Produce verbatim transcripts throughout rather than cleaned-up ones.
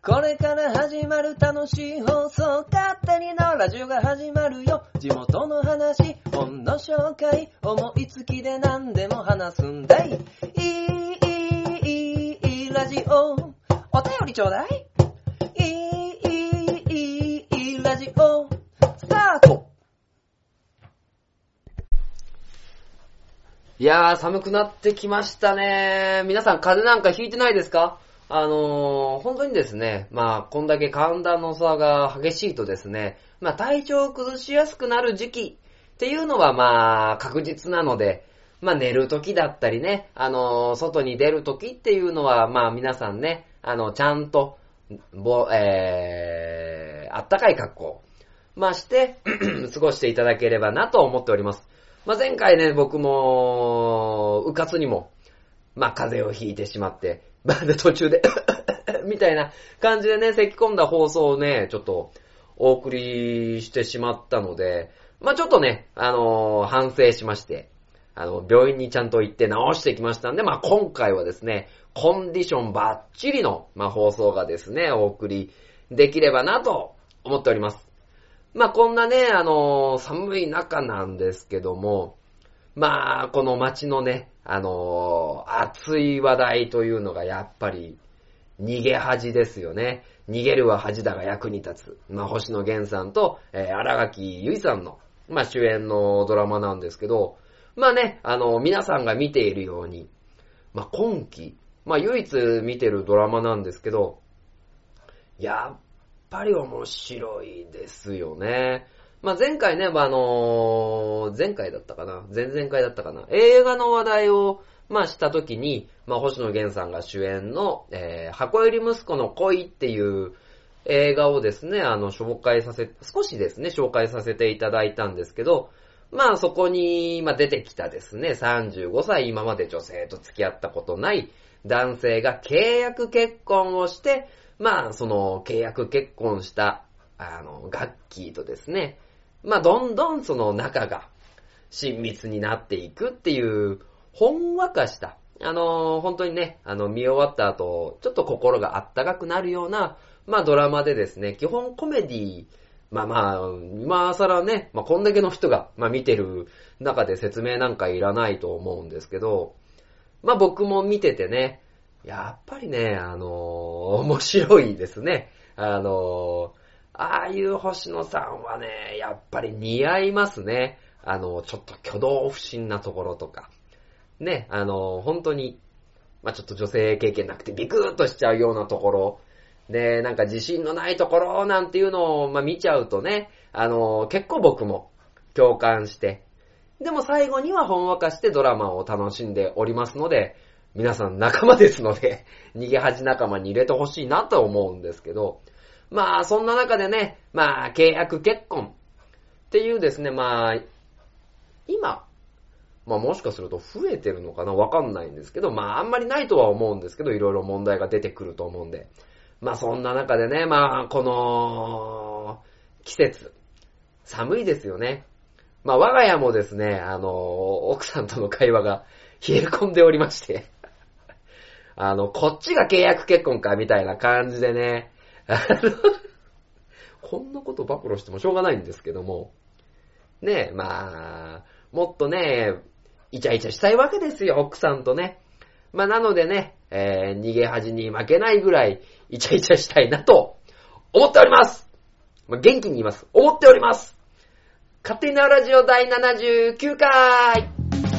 これから始まる楽しい放送、勝手にのラジオが始まるよ。地元の話、本の紹介、思いつきで何でも話すんだい。いい、いい、いい、ラジオ。お便りちょうだい。いい、いい、いい、いい、ラジオ。スタート。いやー、寒くなってきましたね。皆さん風邪なんかひいてないですか？あのー、本当にですね、まあ、こんだけ寒暖の差が激しいとですね、まあ、体調を崩しやすくなる時期っていうのはまあ、確実なので、まあ、寝る時だったりね、あのー、外に出る時っていうのは、まあ、皆さんね、あの、ちゃんと、ぼ、えー、あったかい格好、まあ、して、過ごしていただければなと思っております。まあ、前回ね、僕も、うかつにも、まあ、風邪をひいてしまって、まあ、途中で、みたいな感じでね、咳き込んだ放送をね、ちょっと、お送りしてしまったので、まあ、ちょっとね、あのー、反省しまして、あの、病院にちゃんと行って治してきましたんで、まあ、今回はですね、コンディションバッチリの、まあ、放送がですね、お送りできればなと思っております。まあ、こんなね、あのー、寒い中なんですけども、まあ、この街のね、あのー、熱い話題というのがやっぱり、逃げ恥ですよね。逃げるは恥だが役に立つ。まあ、星野源さんと、えー、新垣結衣さんの、まあ、主演のドラマなんですけど、まあね、あのー、皆さんが見ているように、まあ、今期、まあ、唯一見てるドラマなんですけど、やっぱり面白いですよね。まあ、前回ね、まあ、あのー、前回だったかな前々回だったかな映画の話題を、まあ、したときに、まあ、星野源さんが主演の、えー、箱入り息子の恋っていう映画をですね、あの、紹介させ、少しですね、紹介させていただいたんですけど、まあ、そこに、まあ、出てきたですね、さんじゅうごさい今まで女性と付き合ったことない男性が契約結婚をして、まあ、その、契約結婚した、あの、ガッキーとですね、まあ、どんどんその仲が親密になっていくっていう、ほんわかした、あのー、本当にね、あの、見終わった後、ちょっと心があったかくなるような、まあ、ドラマでですね、基本コメディ、まあまあ、今更ね、まあ、こんだけの人が、まあ、見てる中で説明なんかいらないと思うんですけど、まあ、僕も見ててね、やっぱりね、あのー、面白いですね。あのー、ああいう星野さんはね、やっぱり似合いますね。あの、ちょっと挙動不審なところとか。ね、あの、本当に、まあ、ちょっと女性経験なくてビクッとしちゃうようなところ。で、なんか自信のないところなんていうのを、まあ、見ちゃうとね、あの、結構僕も共感して。でも最後にはほんわかしてドラマを楽しんでおりますので、皆さん仲間ですので、逃げ恥仲間に入れてほしいなと思うんですけど、まあ、そんな中でね、まあ、契約結婚っていうですね、まあ、今、まあもしかすると増えてるのかなわかんないんですけど、まああんまりないとは思うんですけど、いろいろ問題が出てくると思うんで。まあそんな中でね、まあこの季節、寒いですよね。まあ我が家もですね、あの、奥さんとの会話が冷え込んでおりまして、あの、こっちが契約結婚かみたいな感じでね、あの、こんなこと暴露してもしょうがないんですけども、ねえ、まあ、もっとね、イチャイチャしたいわけですよ、奥さんとね。まあなのでね、えー、逃げ恥に負けないぐらいイチャイチャしたいなと思っております。まあ、元気に言います。思っております。勝手になラジオだいななじゅうきゅうかい。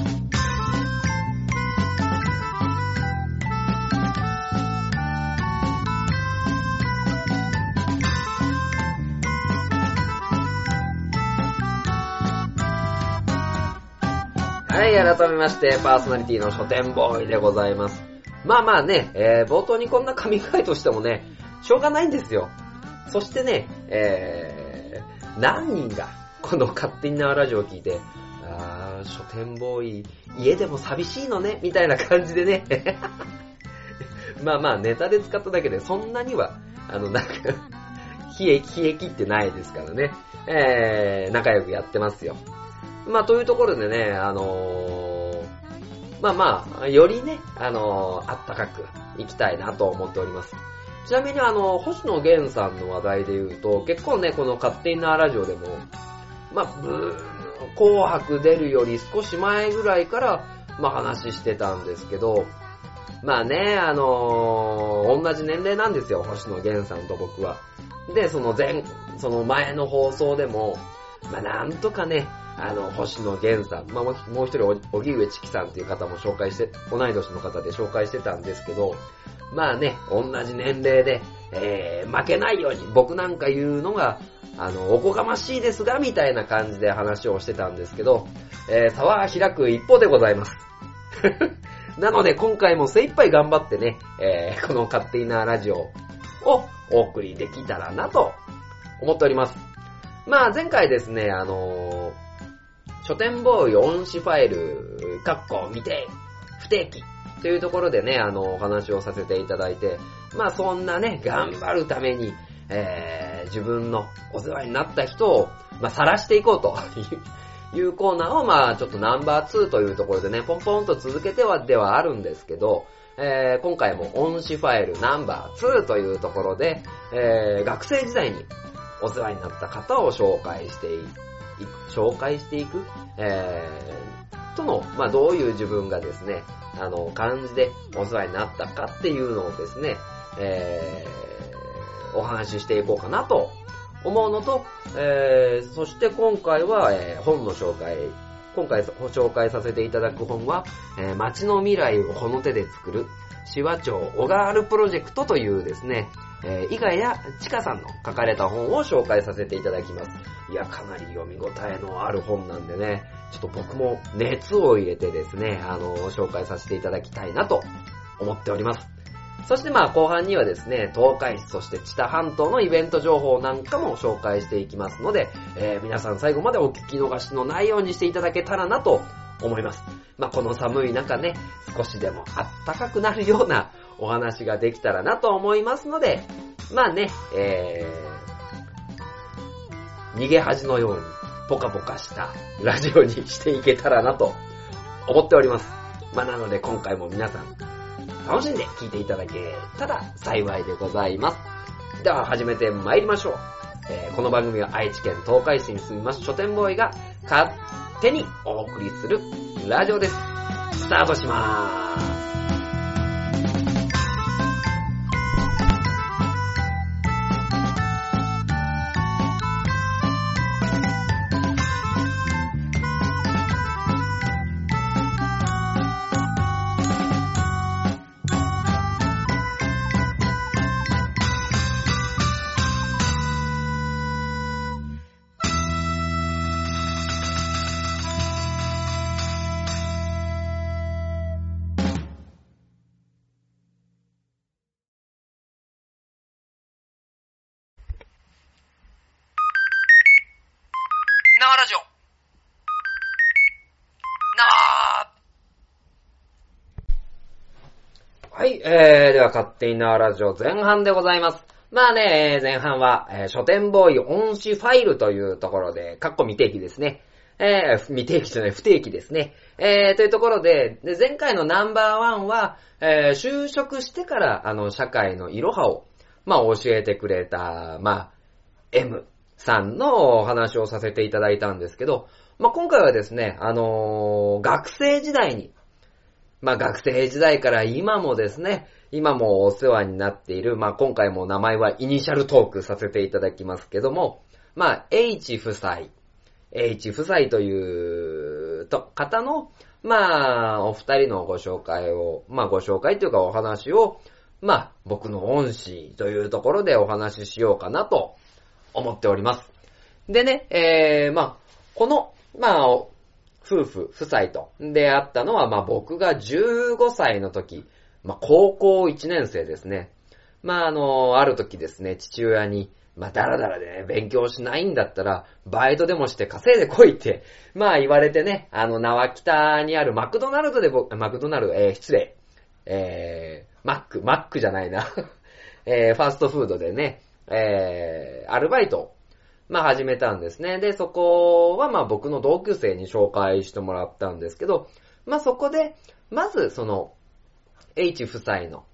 はい、改めまして、パーソナリティの書店ボーイでございます。まあまあね、えー、冒頭にこんな神回としてもね、しょうがないんですよ。そしてね、えー、何人がこの勝手になラジオを聞いて、あー、書店ボーイ、家でも寂しいのね、みたいな感じでね。まあまあ、ネタで使っただけで、そんなには、あの、なんか、冷え、冷え切ってないですからね。えー、仲良くやってますよ。まあ、というところでね、あのー、まあまあ、よりね、あのー、あったかくいきたいなと思っております。 ちなみにあの、星野源さんの話題で言うと、結構ね、この勝手になラジオでも、まあ、ブー紅白出るより少し前ぐらいから、まあ話してたんですけど、まあね、あのー、同じ年齢なんですよ、星野源さんと僕は。で、その前、その前の放送でも、まあなんとかね、あの、星野源さん、まあもう一人、荻上チキさんっていう方も紹介して、同い年の方で紹介してたんですけど、まあね、同じ年齢で、えー、負けないように、僕なんか言うのが、あの、おこがましいですが、みたいな感じで話をしてたんですけど、えー、差は開く一方でございます。なので、今回も精一杯頑張ってね、えー、この勝手なラジオをお送りできたらなと思っております。まあ、前回ですね、あのー、書店ボーイ音詞ファイル、かっこ未定、不定期というところでね、あの、お話をさせていただいて、まあ、そんなね、頑張るために、えー、自分のお世話になった人を、まあ、晒していこうというコーナーを、まあ、ちょっとナンバーツーというところでね、ポンポンと続けてはではあるんですけど、えー、今回も音詞ファイルナンバーツーというところで、えー、学生時代にお世話になった方を紹介してい、紹介していく、えー、との、まあ、どういう自分がですね、あの、感じでお世話になったかっていうのをですね、えー、お話ししていこうかなと思うのと、えー、そして今回は、えー、本の紹介、今回ご紹介させていただく本は、えー、街の未来をこの手で作る、紫波町小川原プロジェクトというですね、えー、伊賀谷千佳さんの書かれた本を紹介させていただきます。いや、かなり読み応えのある本なんでね、ちょっと僕も熱を入れてですね、あの、紹介させていただきたいなと思っております。そしてまあ後半にはですね、東海市そして知多半島のイベント情報なんかも紹介していきますので、えー、皆さん最後までお聞き逃しのないようにしていただけたらなと思います。まあこの寒い中ね、少しでもあったかくなるようなお話ができたらなと思いますので、まあね、えー、逃げ恥のようにポカポカしたラジオにしていけたらなと思っております。まあなので今回も皆さん楽しんで聞いていただけたら幸いでございます。では始めて参りましょう。えー、この番組は愛知県東海市に住みます書店ボーイが勝手にお送りするラジオです。スタートしまーす。ラジオなーはい、えー、では勝手になラジオ前半でございます。まあね、前半は、えー、書店ボーイ音詞ファイルというところで、かっこ未定期ですね。えー、未定期じゃない、不定期ですね。えー、というところで、で前回のナンバーワンは、えー、就職してから、あの、社会のいろはを、まあ、教えてくれた、まあ、M。さんのお話をさせていただいたんですけど、まあ、今回はですね、あのー、学生時代に、まあ、学生時代から今もですね、今もお世話になっている、まあ、今回も名前はイニシャルトークさせていただきますけども、まあ、H 夫妻、H 夫妻というと方の、まあ、お二人のご紹介を、まあ、ご紹介というかお話を、まあ、僕の恩師というところでお話ししようかなと、思っております。でね、えー、まあ、この、まあ、夫婦、夫妻と出会ったのは、まあ僕がじゅうごさいの時、まあ高校いちねん生ですね。まああの、ある時ですね、父親に、まあだらだらでね、勉強しないんだったら、バイトでもして稼いでこいって、まあ言われてね、あの、縄北にあるマクドナルドで僕、マクドナルド、えー、失礼、えー、マック、マックじゃないな、えー、ファーストフードでね、えー、アルバイトを、まあ始めたんですね。で、そこはまあ僕の同級生に紹介してもらったんですけど、まあそこで、まずその、H 夫妻の、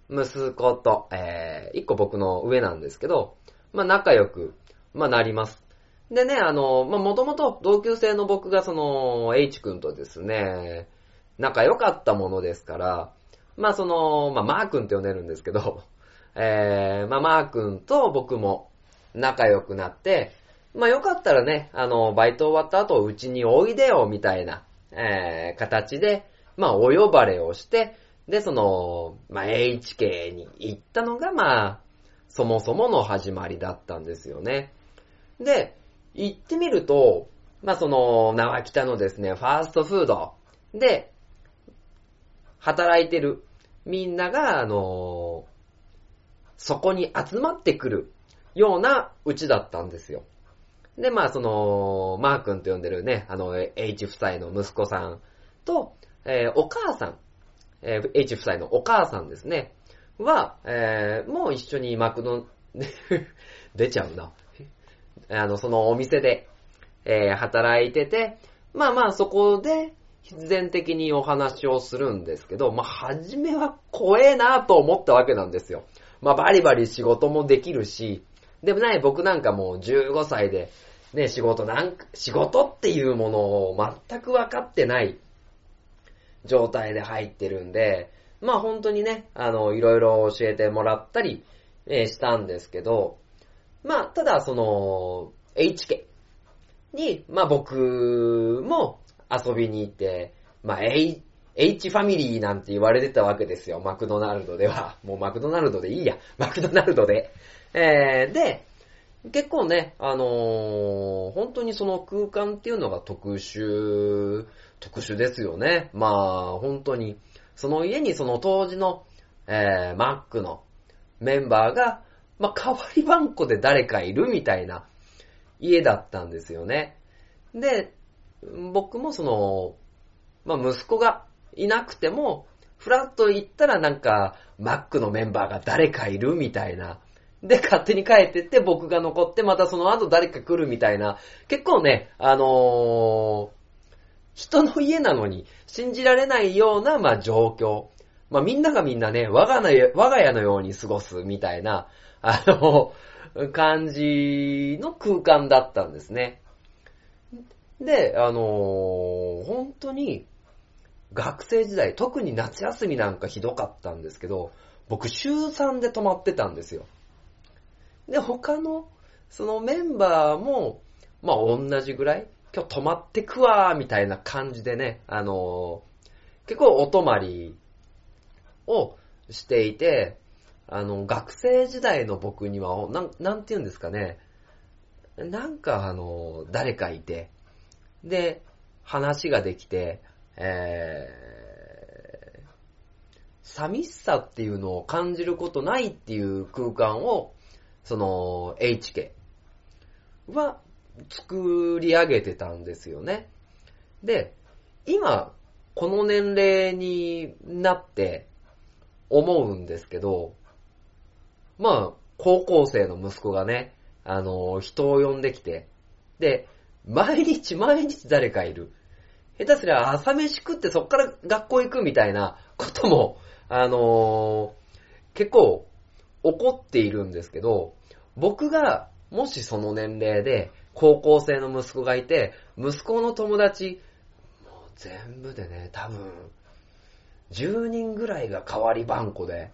息子と、えー、一個僕の上なんですけど、まあ仲良く、まあなります。でね、あの、まあもともと同級生の僕がその、H 君とですね、仲良かったものですから、まあその、まあマー君って呼んでるんですけど、えー、まあマー君と僕も仲良くなって、まあよかったらね、あの、バイト終わった後うちにおいでよ、みたいな、えー、形で、まあお呼ばれをして、で、その、まあ エイチケー に行ったのが、まあ、そもそもの始まりだったんですよね。で、行ってみると、まあその、縄北のですね、ファーストフードで、働いてるみんなが、あのそこに集まってくるようなうちだったんですよ。で、まあその、マー君と呼んでるね、あの、H 夫妻の息子さんと、えー、お母さん、えー、H 夫妻のお母さんですね、は、えー、もう一緒にマクド、出ちゃうな。あの、そのお店で、えー、働いてて、まあまあそこで、必然的にお話をするんですけど、まあ初めは怖えなと思ったわけなんですよ。まあバリバリ仕事もできるし、でもね、僕なんかもうじゅうごさいで、ね、仕事なんか、仕事っていうものを全く分かってない状態で入ってるんで、まあ本当にね、あの、いろいろ教えてもらったり、えーしたんですけど、まあ、ただその、H 家に、まあ僕も遊びに行って、まあ H, H ファミリーなんて言われてたわけですよ。マクドナルドでは。もうマクドナルドでいいや。マクドナルドで。えー、で、結構ね、あのー、本当にその空間っていうのが特殊、特殊ですよね。まあ、本当に、その家にその当時の、えー、マックのメンバーが、まあ、代わり番号で誰かいるみたいな家だったんですよね。で、僕もその、まあ、息子がいなくても、フラッと行ったらなんか、マックのメンバーが誰かいるみたいな。で、勝手に帰ってって僕が残って、またその後誰か来るみたいな。結構ね、あのー、人の家なのに信じられないような、まあ、状況。まあ、みんながみんなね、我がの、我が家のように過ごすみたいな、あの、感じの空間だったんですね。で、あのー、本当に、学生時代、特に夏休みなんかひどかったんですけど、僕週さんで泊まってたんですよ。で、他の、そのメンバーも、まあ同じぐらい、今日泊まってくわーみたいな感じでね、あのー、結構お泊まりをしていて、あの、学生時代の僕には、なん、なんて言うんですかね、なんかあの、誰かいて、で、話ができて、えー、寂しさっていうのを感じることないっていう空間を、その、H 家は作り上げてたんですよね。で、今、この年齢になって思うんですけど、まあ、高校生の息子がね、あの、人を呼んできて、で、毎日毎日誰かいる。下手すりゃ朝飯食ってそっから学校行くみたいなことも、あのー、結構起こっているんですけど、僕がもしその年齢で高校生の息子がいて、息子の友達、もう全部でね、多分、じゅうにんぐらいが代わり番号で、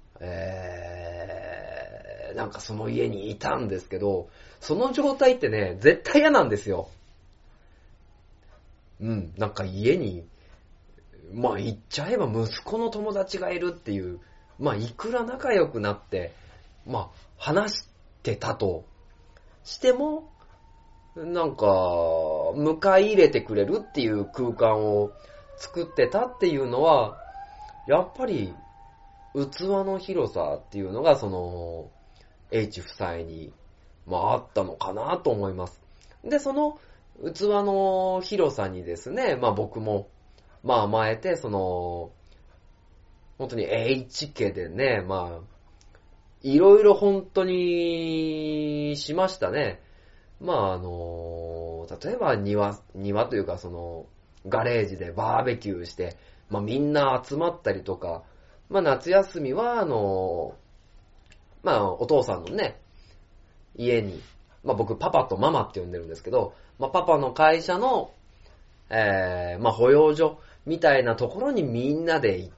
えー、なんかその家にいたんですけど、その状態ってね、絶対嫌なんですよ。うん、なんか家に、まあ言っちゃえば息子の友達がいるっていう、まあいくら仲良くなって、まあ話してたとしても、なんか迎え入れてくれるっていう空間を作ってたっていうのは、やっぱり器の広さっていうのがその H 夫妻に、まああったのかなと思います。で、その器の広さにですね、まあ僕も、まあ甘えて、その、本当に H 家でね、まあ、いろいろ本当にしましたね。まああの、例えば庭、庭というかその、ガレージでバーベキューして、まあみんな集まったりとか、 まあ夏休みは、あの、まあお父さんのね、家に、まあ僕パパとママって呼んでるんですけど、まあパパの会社の、えー、まあ保養所みたいなところにみんなで行って、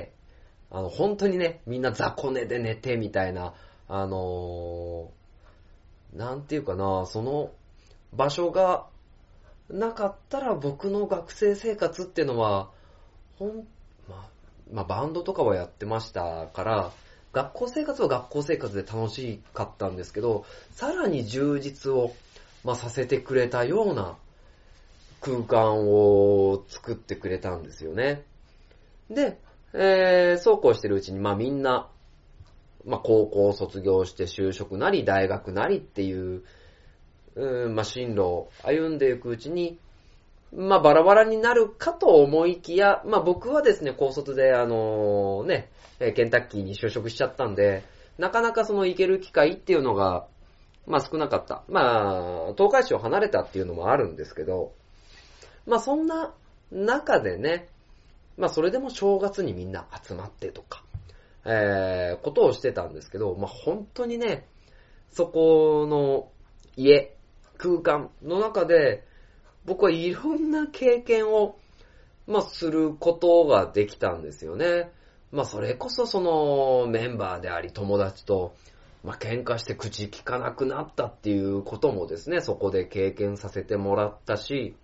あの本当にね、みんな雑魚寝で寝てみたいな、あのー、なんていうかな、その場所がなかったら僕の学生生活っていうのは、ほん、まあ、まあバンドとかはやってましたから、学校生活は学校生活で楽しかったんですけど、さらに充実を、まあ、させてくれたような空間を作ってくれたんですよね。で、えー、そうこうしてるうちに、まあみんな、まあ高校を卒業して就職なり大学なりっていう、うん、まあ進路を歩んでいくうちに、まあバラバラになるかと思いきや、まあ僕はですね、高卒であのね、ケンタッキーに就職しちゃったんで、なかなかその行ける機会っていうのが、まあ少なかった。まあ、東海市を離れたっていうのもあるんですけど、まあそんな中でね、まあそれでも正月にみんな集まってとか、えー、ことをしてたんですけど、まあ本当にね、そこの家、空間の中で、僕はいろんな経験を、まあすることができたんですよね。まあそれこそそのメンバーであり友達と、まあ喧嘩して口聞かなくなったっていうこともですね、そこで経験させてもらったし、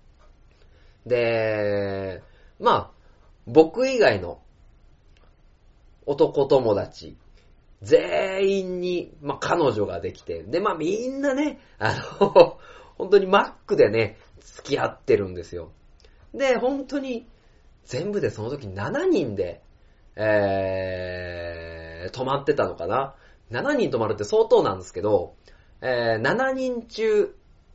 で、まあ僕以外の男友達、全員に、まあ彼女ができて、でまあみんなね、あの、本当にマックでね、付き合ってるんですよ。で、本当に全部でその時しちにんで、えー、泊まってたのかな。しちにん泊まるって相当なんですけど、えー、しちにん中、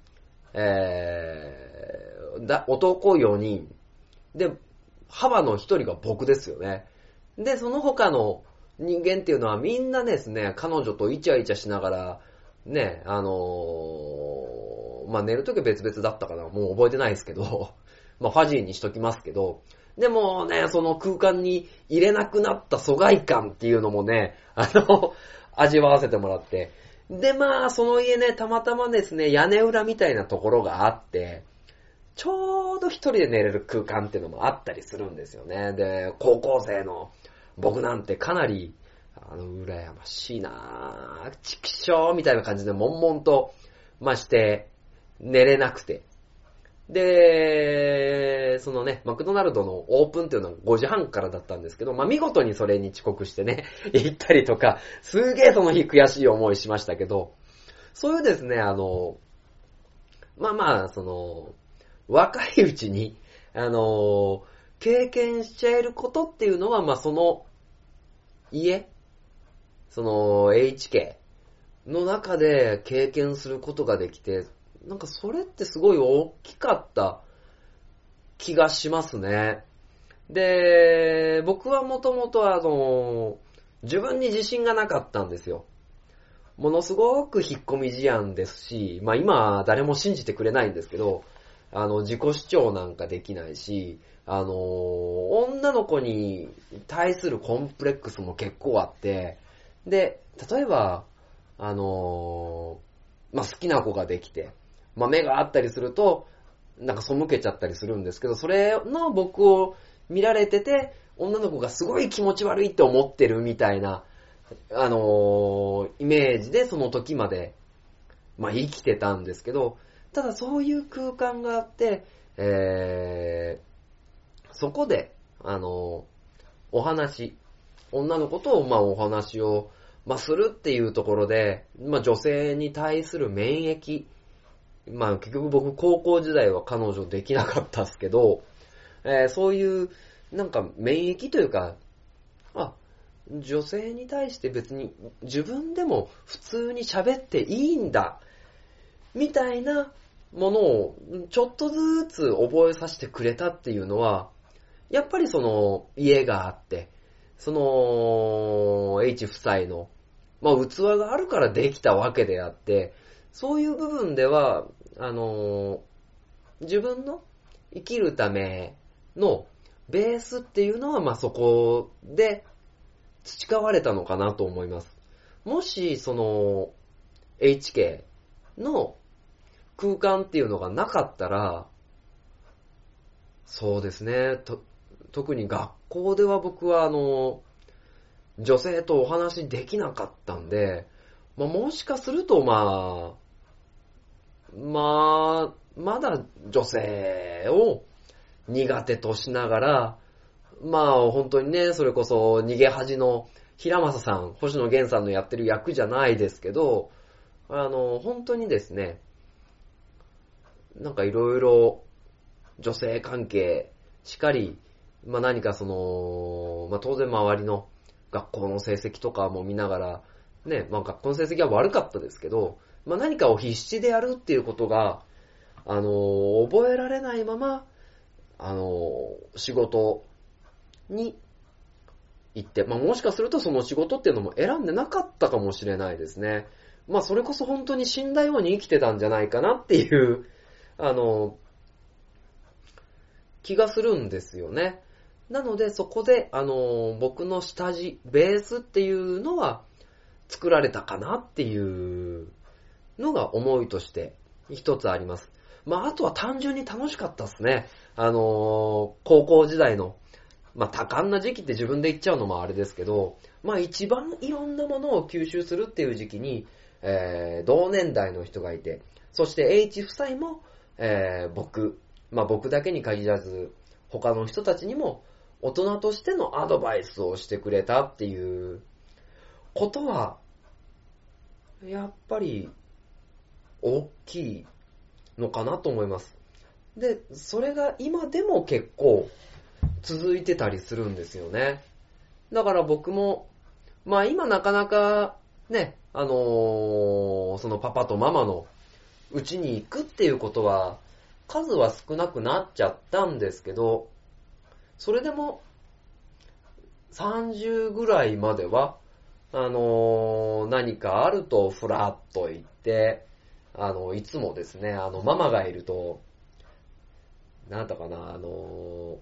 えー、だ男よにん。で、幅のひとりが僕ですよね。で、その他の人間っていうのはみんなですね、彼女とイチャイチャしながら、ね、あのー、まあ、寝るときは別々だったかな。もう覚えてないですけど、まあ、ファジーにしときますけど、でもね、その空間に入れなくなった疎外感っていうのもね、あの、味わわせてもらって。で、まあ、その家ね、たまたまですね、屋根裏みたいなところがあって、ちょうど一人で寝れる空間っていうのもあったりするんですよね。で、高校生の僕なんてかなり、あの、羨ましいなぁ、畜生みたいな感じで悶々と、まして、寝れなくて。で、そのね、マクドナルドのオープンっていうのはごじはんからだったんですけど、まあ見事にそれに遅刻してね、行ったりとか、すげえその日悔しい思いしましたけど、そういうですね、あの、まあまあ、その、若いうちに、あの、経験しちゃえることっていうのは、まあその、家、その エイチケー の中で経験することができて、なんかそれってすごい大きかった気がしますね。で、僕はもともとあの、自分に自信がなかったんですよ。ものすごく引っ込み思案ですし、まあ今誰も信じてくれないんですけど、あの、自己主張なんかできないし、あの、女の子に対するコンプレックスも結構あって、で、例えば、あの、まあ好きな子ができて、まあ目があったりすると、なんか背けちゃったりするんですけど、それの僕を見られてて、女の子がすごい気持ち悪いって思ってるみたいな、あのー、イメージでその時まで、まあ生きてたんですけど、ただそういう空間があって、えー、そこで、あのー、お話、女の子と、まあお話を、まあするっていうところで、まあ女性に対する免疫、まあ結局僕高校時代は彼女できなかったですけど、えー、そういうなんか免疫というか、あ、女性に対して別に自分でも普通に喋っていいんだ、みたいなものをちょっとずつ覚えさせてくれたっていうのは、やっぱりその家があって、その H 夫妻の、まあ器があるからできたわけであって、そういう部分では、あのー、自分の生きるためのベースっていうのは、まあ、そこで培われたのかなと思います。もし、その、エイチケー の空間っていうのがなかったら、そうですね、と特に学校では僕はあの、女性とお話できなかったんで、まあ、もしかするとまあ、まあ、まだ女性を苦手としながら、まあ本当にね、それこそ逃げ恥の平正さん、星野源さんのやってる役じゃないですけど、あの、本当にですね、なんかいろいろ女性関係しかり、まあ何かその、まあ当然周りの学校の成績とかも見ながら、ね、まあ学校の成績は悪かったですけど、まあ何かを必死でやるっていうことが、あの、覚えられないまま、あの、仕事に行って、まあもしかするとその仕事っていうのも選んでなかったかもしれないですね。まあそれこそ本当に死んだように生きてたんじゃないかなっていう、あの、気がするんですよね。なのでそこで、あの、僕の下地、ベースっていうのは作られたかなっていうのが思いとして一つあります。まああとは単純に楽しかったですね。あの、高校時代の、まあ多感な時期って自分で言っちゃうのもあれですけど、まあ一番いろんなものを吸収するっていう時期に、えー、同年代の人がいて、そして H 夫妻も、えー、僕、まあ僕だけに限らず、他の人たちにも大人としてのアドバイスをしてくれたっていうことは、やっぱり大きいのかなと思います。で、それが今でも結構続いてたりするんですよね。だから僕も、まあ今なかなかね、あのー、そのパパとママの家に行くっていうことは数は少なくなっちゃったんですけど、それでもさんじゅうぐらいまでは、あのー、何かあるとフラッと行って、あの、いつもですね、あの、ママがいると、なんだかな、あのー、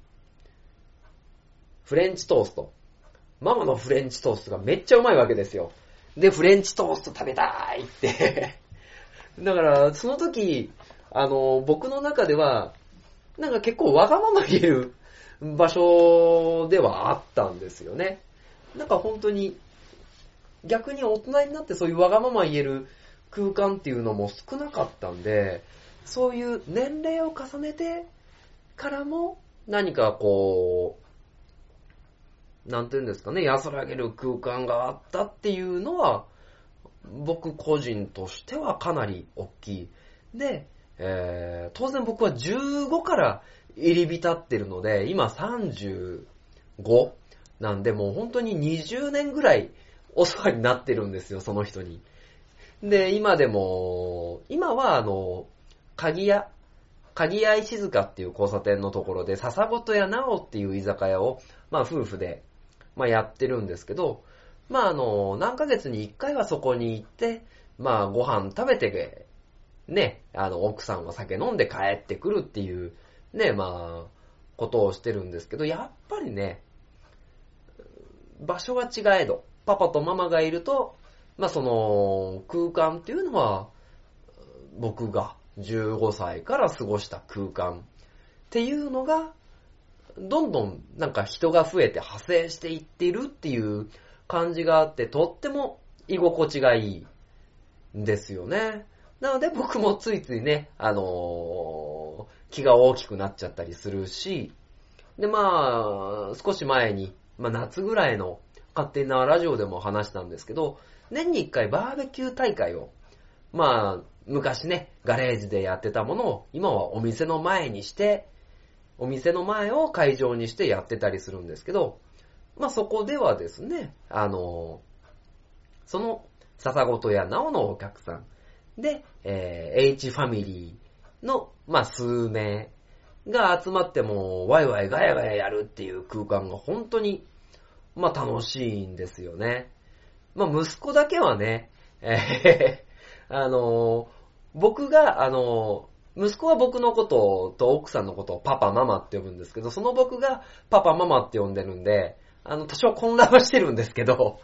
フレンチトースト。ママのフレンチトーストがめっちゃうまいわけですよ。で、フレンチトースト食べたいってだから、その時、あの、僕の中では、なんか結構わがまま言える場所ではあったんですよね。なんか本当に、逆に大人になってそういうわがまま言える空間っていうのも少なかったんで、そういう年齢を重ねてからも何かこう、なんていうんですかね、安らげる空間があったっていうのは、僕個人としてはかなり大きい。で、えー、当然僕はじゅうごから入り浸ってるので、今さんじゅうごなんでもう本当ににじゅうねんぐらいお世話になってるんですよ、その人に。で、今でも、今はあの、鍵屋、鍵屋石塚っていう交差点のところで、笹本屋なおっていう居酒屋を、まあ夫婦で、まあやってるんですけど、まああの、何ヶ月に一回はそこに行って、まあご飯食べて、ね、あの、奥さんは酒飲んで帰ってくるっていう、ね、まあ、ことをしてるんですけど、やっぱりね、場所は違えど、パパとママがいると、まあその、空間っていうのは、僕がじゅうごさいから過ごした空間っていうのが、どんどんなんか人が増えて派生していっているっていう感じがあって、とっても居心地がいいんですよね。なので僕もついついね、あのー、気が大きくなっちゃったりするし、でまあ、少し前に、まあ夏ぐらいの勝手なラジオでも話したんですけど、年に一回バーベキュー大会を、まあ、昔ね、ガレージでやってたものを、今はお店の前にして、お店の前を会場にしてやってたりするんですけど、まあそこではですね、あの、その笹本屋なおのお客さんで、えー、H ファミリーの、まあ数名が集まってもワイワイガヤガヤやるっていう空間が本当に、まあ楽しいんですよね。まあ息子だけはね、えー、あの、僕が、あの、息子は僕のことと奥さんのことをパパママって呼ぶんですけど、その僕がパパママって呼んでるんで、 あの、多少混乱はしてるんですけど、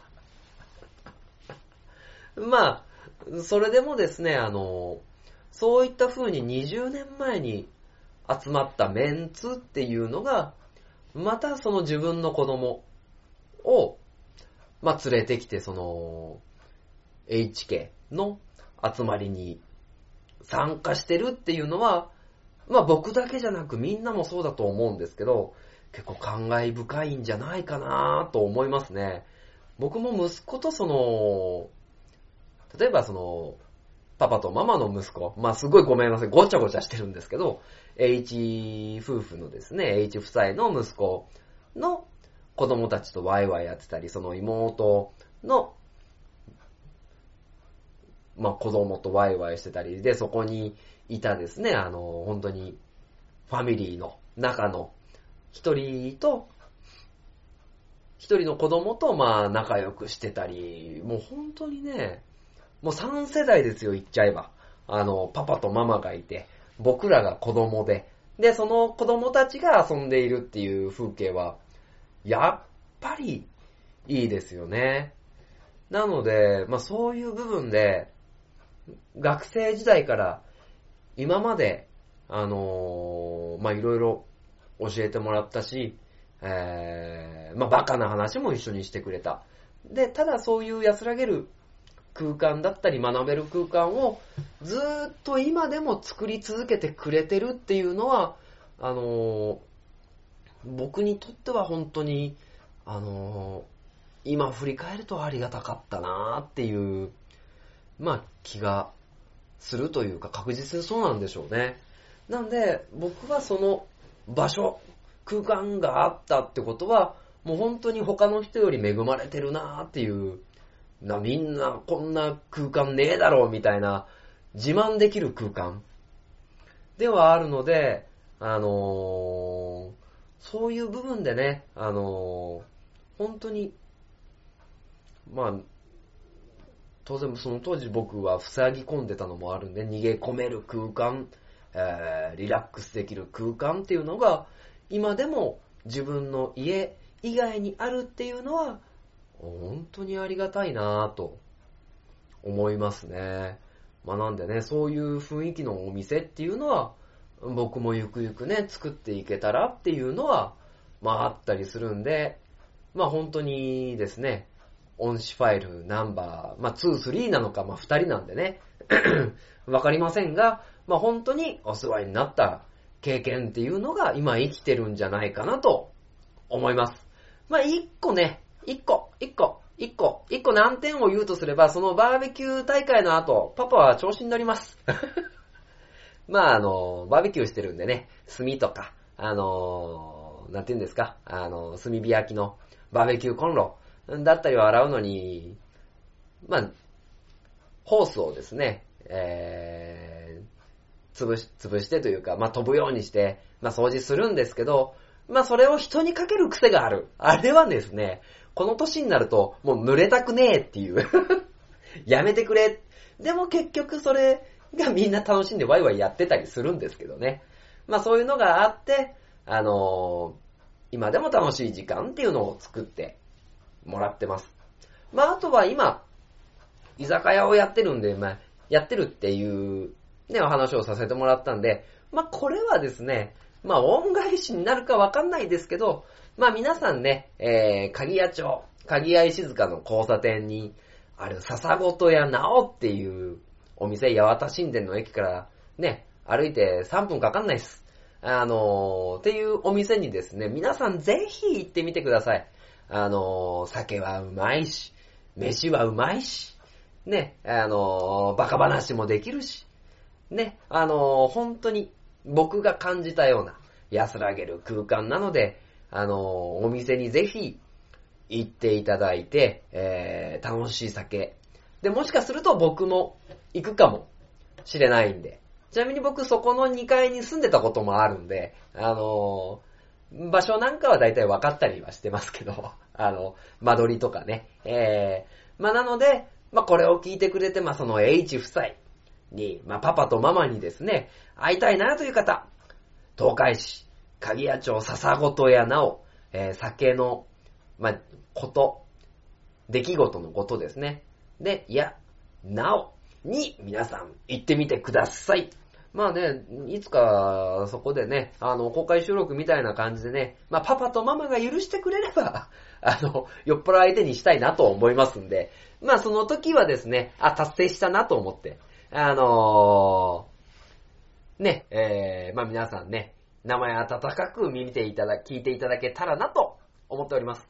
まあ、それでもですね、あの、そういった風ににじゅうねんまえに集まったメンツっていうのが、またその自分の子供を、まあ、連れてきて、その、エイチケー の集まりに参加してるっていうのは、まあ僕だけじゃなくみんなもそうだと思うんですけど、結構感慨深いんじゃないかなと思いますね。僕も息子とその、例えばその、パパとママの息子、まあすごいごめんなさい、ごちゃごちゃしてるんですけど、H 夫婦のですね、H 夫妻の息子の子供たちとワイワイやってたり、その妹の、まあ子供とワイワイしてたり、で、そこにいたですね、あの、本当にファミリーの中の一人と、一人の子供とまあ仲良くしてたり、もう本当にね、もうさん世代ですよ、言っちゃえば。あの、パパとママがいて、僕らが子供で、で、その子供たちが遊んでいるっていう風景は、やっぱりいいですよね。なので、まあそういう部分で、学生時代から今まで、あのー、まあいろいろ教えてもらったし、えー、まあバカな話も一緒にしてくれた。で、ただそういう安らげる空間だったり学べる空間をずーっと今でも作り続けてくれてるっていうのは、あのー、僕にとっては本当に、あのー、今振り返るとありがたかったなーっていう、まあ気がするというか確実にそうなんでしょうね。なんで僕はその場所、空間があったってことはもう本当に他の人より恵まれてるなーっていうな、みんなこんな空間ねえだろうみたいな自慢できる空間ではあるので、あのー、そういう部分でね、あのー、本当にまあ当然その当時僕は塞ぎ込んでたのもあるんで、逃げ込める空間、えー、リラックスできる空間っていうのが今でも自分の家以外にあるっていうのは本当にありがたいなぁと思いますね。まあなんでね、そういう雰囲気のお店っていうのは僕もゆくゆくね作っていけたらっていうのはまああったりするんで、まあ本当にですね、音詞ファイルナンバー、まあに、さんなのか、まあふたりなんでね、わかりませんが、まあ本当にお世話になった経験っていうのが今生きてるんじゃないかなと思います。まあ一個ね、一個、一個、一個、一個難点を言うとすれば、そのバーベキュー大会の後、パパは調子に乗ります。まああの、バーベキューしてるんでね、炭とか、あの、なんて言うんですか、あの、炭火焼きのバーベキューコンロ、だったりを洗うのに、まあ、ホースをですね、えー、潰し、潰してというか、まあ飛ぶようにして、まあ掃除するんですけど、まあそれを人にかける癖がある。あれはですね、この年になると、もう濡れたくねえっていう。やめてくれ。でも結局それがみんな楽しんでワイワイやってたりするんですけどね。まあそういうのがあって、あのー、今でも楽しい時間っていうのを作ってもらってます。まああとは今、居酒屋をやってるんで、まあやってるっていうね、お話をさせてもらったんで、まあこれはですね、まあ恩返しになるかわかんないですけど、まあ皆さんね、えー、鍵屋町、鍵屋石塚の交差点にある笹ごと屋なおっていうお店、八幡神殿の駅からね、歩いてさんぷんかかんないです。あのー、っていうお店にですね、皆さんぜひ行ってみてください。あのー、酒はうまいし、飯はうまいし、ね、あのー、バカ話もできるし、ね、あのー、本当に僕が感じたような安らげる空間なので、あのー、お店にぜひ行っていただいて、えー、楽しい酒。で、もしかすると僕も行くかもしれないんで。ちなみに僕そこのにかいに住んでたこともあるんで、あのー、場所なんかは大体分かったりはしてますけど、あの、間取りとかね。えー、まあなので、まあこれを聞いてくれて、まあその H 夫妻に、まあパパとママにですね、会いたいなという方、東海市、鍵屋町笹ごと屋なお、えー、酒のまあ、こと、出来事のことですね。で、いや、なおに皆さん行ってみてください。まあね、いつかそこでね、あの、公開収録みたいな感じでね、まあパパとママが許してくれれば、あの、酔っ払い相手にしたいなと思いますんで、まあその時はですね、あ、達成したなと思って、あのー、ね、えー、まあ皆さんね、名前温かく見ていただ、聞いていただけたらなと思っております。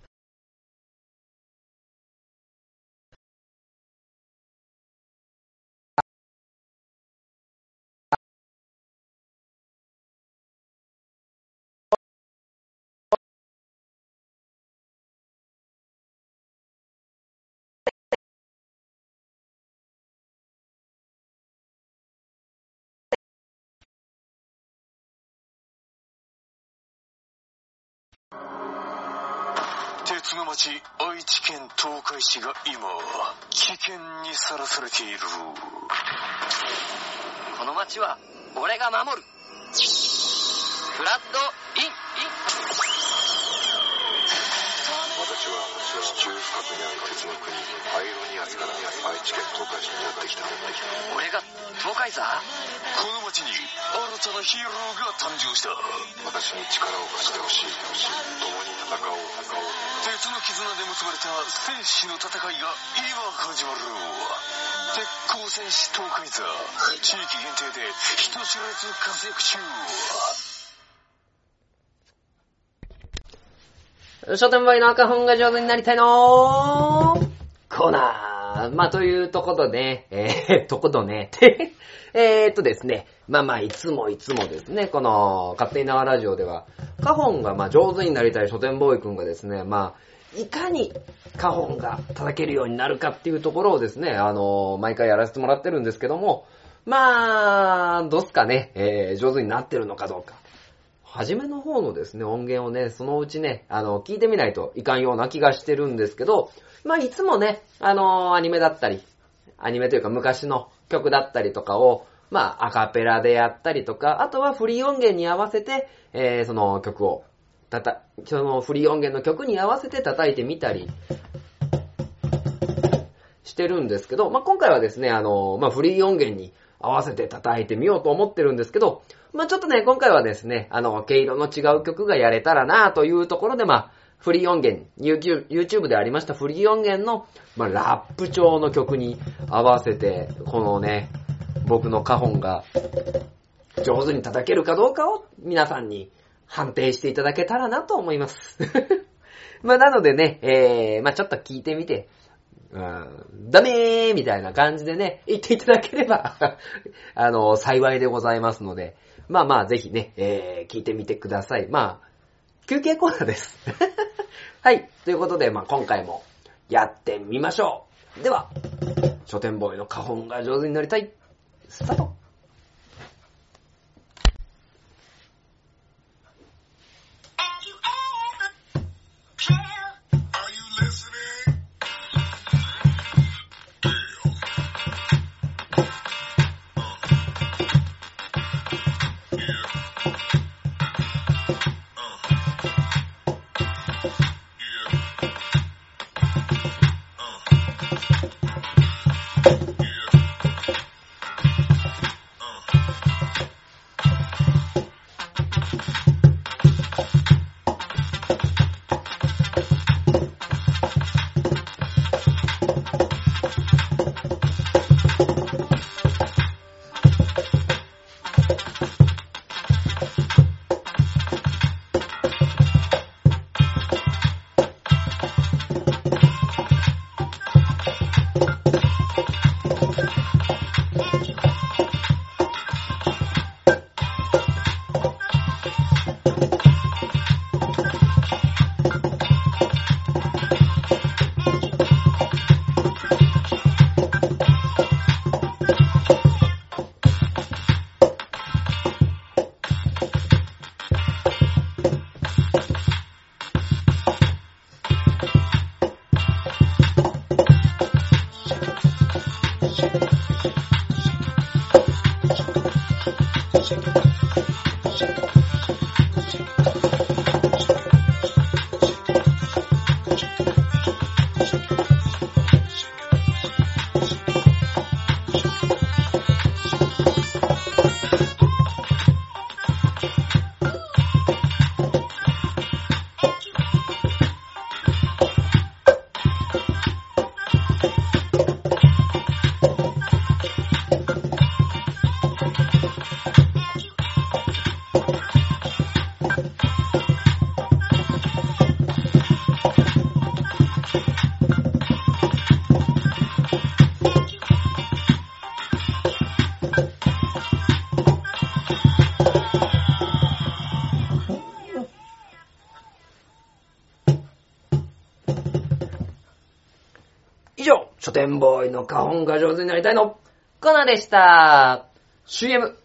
鉄の町愛知県東海市が今危険にさらされている。 この町は俺が守る。フラッドインイン。 私は地中深くにある鉄の国アイロニアスから愛知県東海市にやってきた。 俺が東海座。 この町に新たなヒーローが誕生した。私に力を貸してほしい。共に戦おう。鉄の絆で結ばれた戦士の戦いが今始まる。鉄鋼戦士東海座、地域限定で人知れず活躍中。 書店ボーイの赤本が上手になりたいのコーナー。まあ、というところで、えー、ところね、えーっとですね、まあまあ、いつもいつもですね、この、勝手に縄ラジオでは、カホンがまあ上手になりたい書店ボーイくんがですね、まあ、いかにカホンが叩けるようになるかっていうところをですね、あのー、毎回やらせてもらってるんですけども、まあ、どうすかね、えー、上手になってるのかどうか。初めの方のですね、音源をね、そのうちね、あの、聞いてみないといかんような気がしてるんですけど、まあ、いつもね、あのー、アニメだったり、アニメというか昔の曲だったりとかを、まあ、アカペラでやったりとか、あとはフリー音源に合わせて、えー、その曲を、たた、そのフリー音源の曲に合わせて叩いてみたり、してるんですけど、まあ、今回はですね、あのー、まあ、フリー音源に合わせて叩いてみようと思ってるんですけど、まあ、ちょっとね、今回はですね、あの、毛色の違う曲がやれたらなというところで、まあ、フリー音源、YouTube でありましたフリー音源の、まあ、ラップ調の曲に合わせて、このね、僕のカホンが上手に叩けるかどうかを皆さんに判定していただけたらなと思います。まあ、なのでね、えー、まあ、ちょっと聞いてみて、うん、ダメーみたいな感じでね、言っていただければ、あの、幸いでございますので、まあまあ、ぜひね、えー、聞いてみてください。まあ、休憩コーナーです。はい。ということで、まあ今回もやってみましょう。では、書店ボーイの花本が上手になりたい。スタート。 書店ボーイの花本が上手になりたいのコーナーでした。シーエム。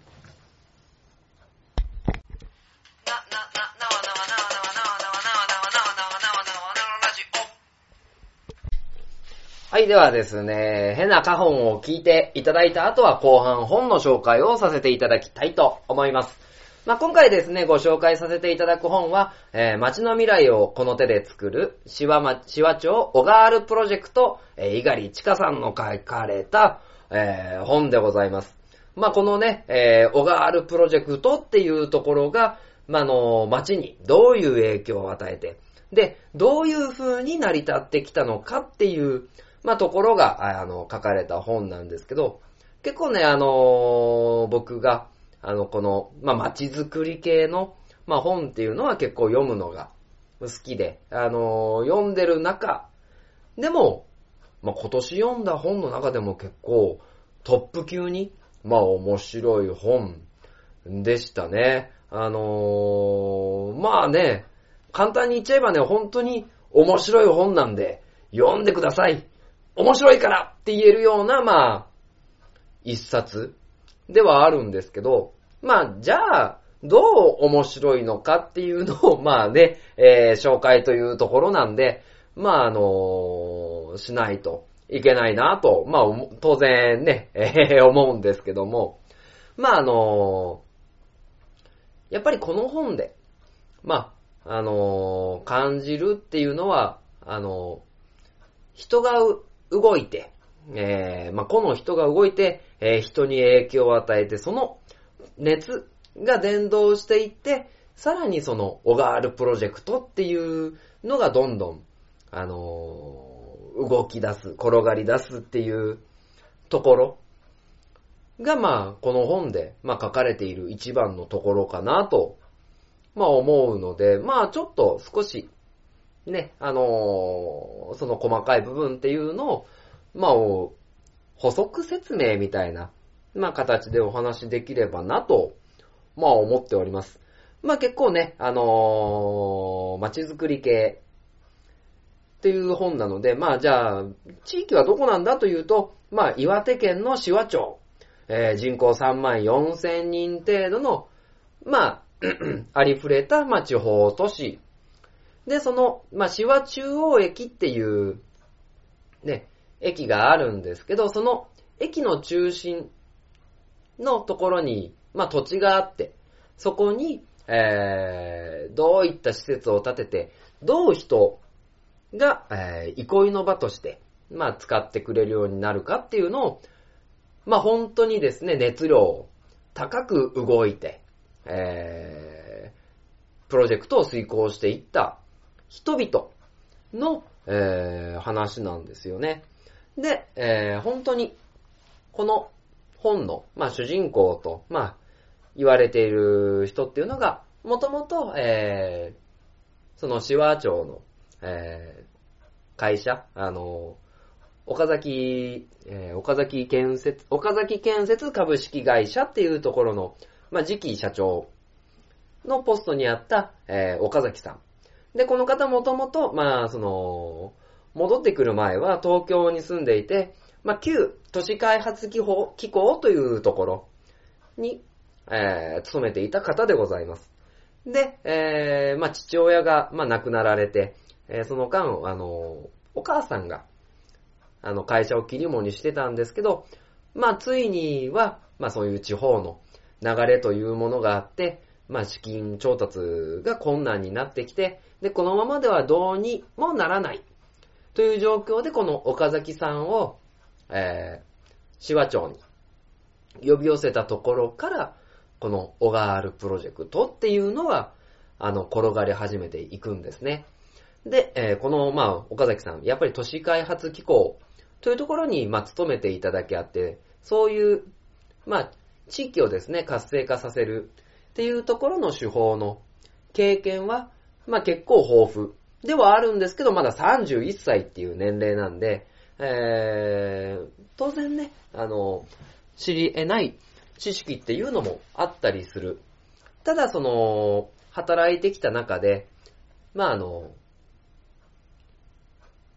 はい、ではですね、変な花本を聞いていただいた後は後半本の紹介をさせていただきたいと思います。まあ、今回ですね、ご紹介させていただく本は、えー、街の未来をこの手で作る、しわま、しわ町小川あるプロジェクト、えー、猪狩千佳さんの書かれた、えー、本でございます。まあ、このね、えー、小川あるプロジェクトっていうところが、まあ、の、街にどういう影響を与えて、で、どういう風に成り立ってきたのかっていう、まあ、ところが、あの、書かれた本なんですけど、結構ね、あのー、僕が、あの、この、まあ、街づくり系の、まあ、本っていうのは結構読むのが好きで、あのー、読んでる中、でも、まあ、今年読んだ本の中でも結構トップ級に、まあ、面白い本でしたね。あのー、まあね、簡単に言っちゃえばね、本当に面白い本なんで、読んでください。面白いからって言えるような、まあ、一冊ではあるんですけど、まあ、じゃあ、どう面白いのかっていうのを、まあね、えー、紹介というところなんで、まあ、あのー、しないといけないなと、まあ、当然ね、えー、思うんですけども、まあ、あのー、やっぱりこの本で、まあ、あのー、感じるっていうのは、あのー、人が動いて、えー、まあ、この人が動いて、えー、人に影響を与えて、その熱が伝導していって、さらにその小川あるプロジェクトっていうのがどんどん、あのー、動き出す、転がり出すっていうところが、まあ、この本で、まあ、書かれている一番のところかなと、まあ、思うので、まあ、ちょっと少し、ね、あのー、その細かい部分っていうのを、まあ、補足説明みたいな、まあ、形でお話できればなと、まあ、思っております。まあ、結構ね、あのー、街づくり系っていう本なので、まあ、じゃあ、地域はどこなんだというと、まあ、岩手県の紫波町、えー、人口さんまんよんせんにん程度の、まあ、ありふれた、まあ、地方都市。で、その、まあ、紫波中央駅っていう、ね、駅があるんですけど、その駅の中心のところに、まあ、土地があって、そこに、えー、どういった施設を建てて、どう人が、えー、憩いの場として、まあ、使ってくれるようになるかっていうのを、まあ、本当にですね、熱量高く動いて、えー、プロジェクトを遂行していった人々の、えー、話なんですよね。で、えー、本当に、この本の、まあ、主人公と、まあ、言われている人っていうのが、もともと、えー、その紫波町の、えー、会社、あの、岡崎、えー、岡崎建設、岡崎建設株式会社っていうところの、まあ、次期社長のポストにあった、えー、岡崎さん。で、この方もともと、まあ、その、戻ってくる前は東京に住んでいて、まあ、旧都市開発機構、機構というところに、えー、勤めていた方でございます。で、えー、まあ、父親が、まあ、亡くなられて、えー、その間、あの、お母さんが、あの、会社を切り盛りしてたんですけど、まあ、ついには、まあ、そういう地方の流れというものがあって、まあ、資金調達が困難になってきて、で、このままではどうにもならない。という状況で、この岡崎さんを、えー、紫波町に呼び寄せたところから、この小川あるプロジェクトっていうのは、あの、転がり始めていくんですね。で、えー、この、まあ、岡崎さん、やっぱり都市開発機構というところに、まあ、勤めていただけあって、そういう、まあ、地域をですね、活性化させるっていうところの手法の経験は、まあ、結構豊富ではあるんですけど、まださんじゅういっさいっていう年齢なんで、えー、当然ね、あの、知り得ない知識っていうのもあったりする。ただ、その、働いてきた中で、まあ、あの、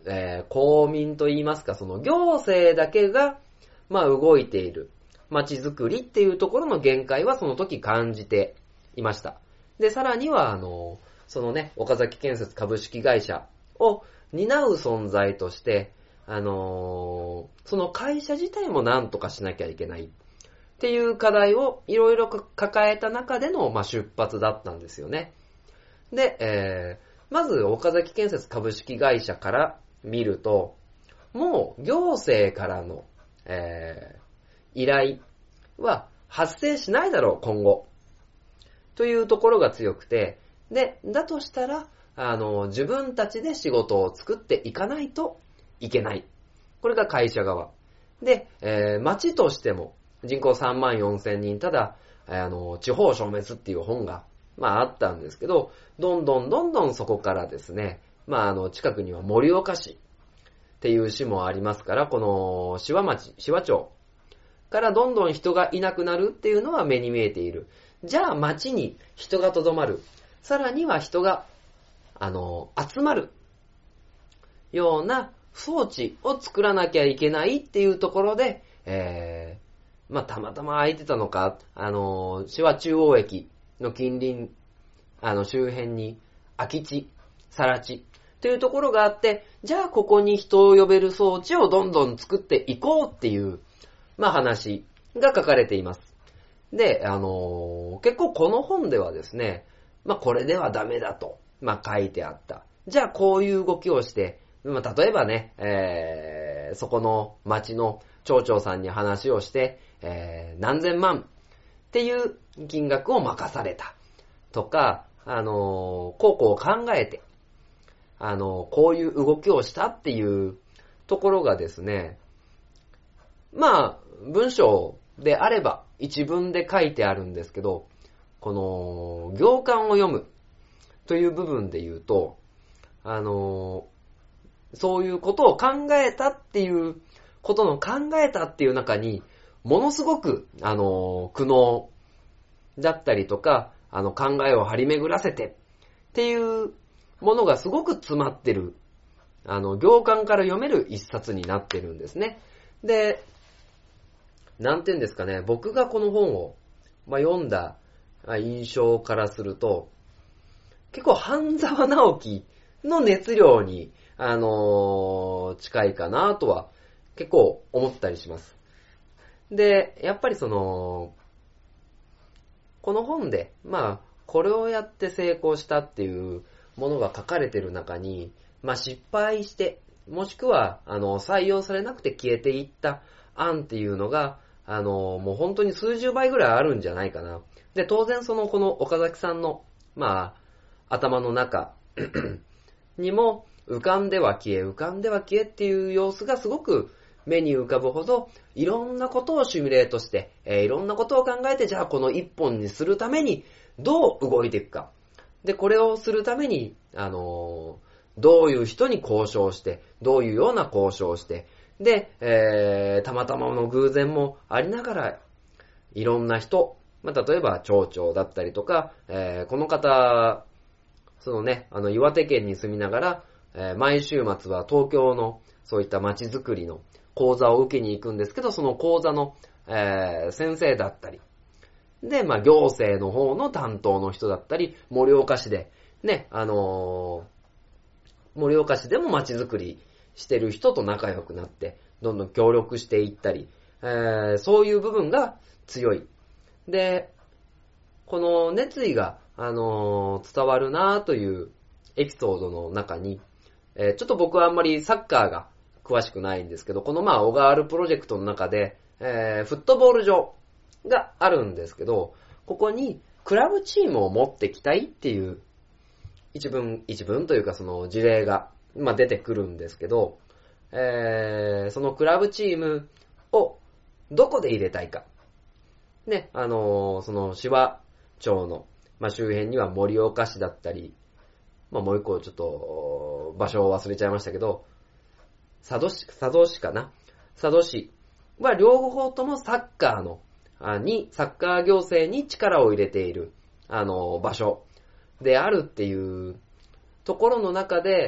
えー、公民と言いますか、その行政だけが、まあ動いている街づくりっていうところの限界はその時感じていました。で、さらには、あの、そのね、岡崎建設株式会社を担う存在として、あのー、その会社自体も何とかしなきゃいけないっていう課題をいろいろ抱えた中での、まあ、出発だったんですよね。で、えー、まず岡崎建設株式会社から見ると、もう行政からの、えー、依頼は発生しないだろう、今後。というところが強くて、で、だとしたら、あの、自分たちで仕事を作っていかないといけない。これが会社側。で、えー、町としても人口さんまんよんせんにん、ただ、あの、地方消滅っていう本が、まああったんですけど、どんどんどんどんそこからですね、まああの、近くには盛岡市っていう市もありますから、この、志波町、志波町からどんどん人がいなくなるっていうのは目に見えている。じゃあ町に人がとどまる。さらには人が、あの、集まるような装置を作らなきゃいけないっていうところで、えー、まあ、たまたま空いてたのか、あの、志波中央駅の近隣、あの、周辺に空き地、更地というところがあって、じゃあここに人を呼べる装置をどんどん作っていこうっていう、まあ、話が書かれています。で、あのー、結構この本ではですね、まあ、これではダメだと、まあ、書いてあった。じゃあこういう動きをして、まあ、例えばね、えー、そこの町の町長さんに話をして、えー、何千万っていう金額を任された。とか、あのー、こうこう考えて、あのー、こういう動きをしたっていうところがですね、まあ、文章であれば一文で書いてあるんですけど、この行間を読むという部分で言うと、あのー、そういうことを考えたっていうことの考えたっていう中に、ものすごく、あのー、苦悩だったりとか、あの考えを張り巡らせてっていうものがすごく詰まってる、あの行間から読める一冊になってるんですね。で、なんていうんですかね、僕がこの本を、まあ、読んだ印象からすると、結構半沢直樹の熱量に、あのー、近いかなとは結構思ったりします。で、やっぱりその、この本で、まあ、これをやって成功したっていうものが書かれてる中に、まあ失敗して、もしくは、あの、採用されなくて消えていった案っていうのが、あの、もう本当に数十倍ぐらいあるんじゃないかな。で、当然その、この岡崎さんの、まあ、頭の中にも、浮かんでは消え、浮かんでは消えっていう様子がすごく目に浮かぶほど、いろんなことをシミュレートして、えー、いろんなことを考えて、じゃあこの一本にするために、どう動いていくか。で、これをするために、あのー、どういう人に交渉して、どういうような交渉をして、で、えー、たまたまの偶然もありながら、いろんな人、まあ、例えば町長だったりとか、えー、この方、そのね、あの、岩手県に住みながら、えー、毎週末は東京のそういった街づくりの講座を受けに行くんですけど、その講座の、えー、先生だったり、で、まあ、行政の方の担当の人だったり、盛岡市で、ね、あのー、盛岡市でも街づくりしてる人と仲良くなって、どんどん協力していったり、えー、そういう部分が強い。で、この熱意が、あのー、伝わるなというエピソードの中に、えー、ちょっと僕はあんまりサッカーが詳しくないんですけど、このまあ、オガールプロジェクトの中で、えー、フットボール場があるんですけど、ここにクラブチームを持ってきたいっていう一文、一文というかその事例が、まあ、出てくるんですけど、えー、そのクラブチームをどこで入れたいか。ね、あのー、その志波町の、まあ、周辺には盛岡市だったり、まあ、もう一個ちょっと場所を忘れちゃいましたけど、佐渡市、佐渡市かな。佐渡市は両方ともサッカーの、に、サッカー行政に力を入れている、あの、場所であるっていうところの中で、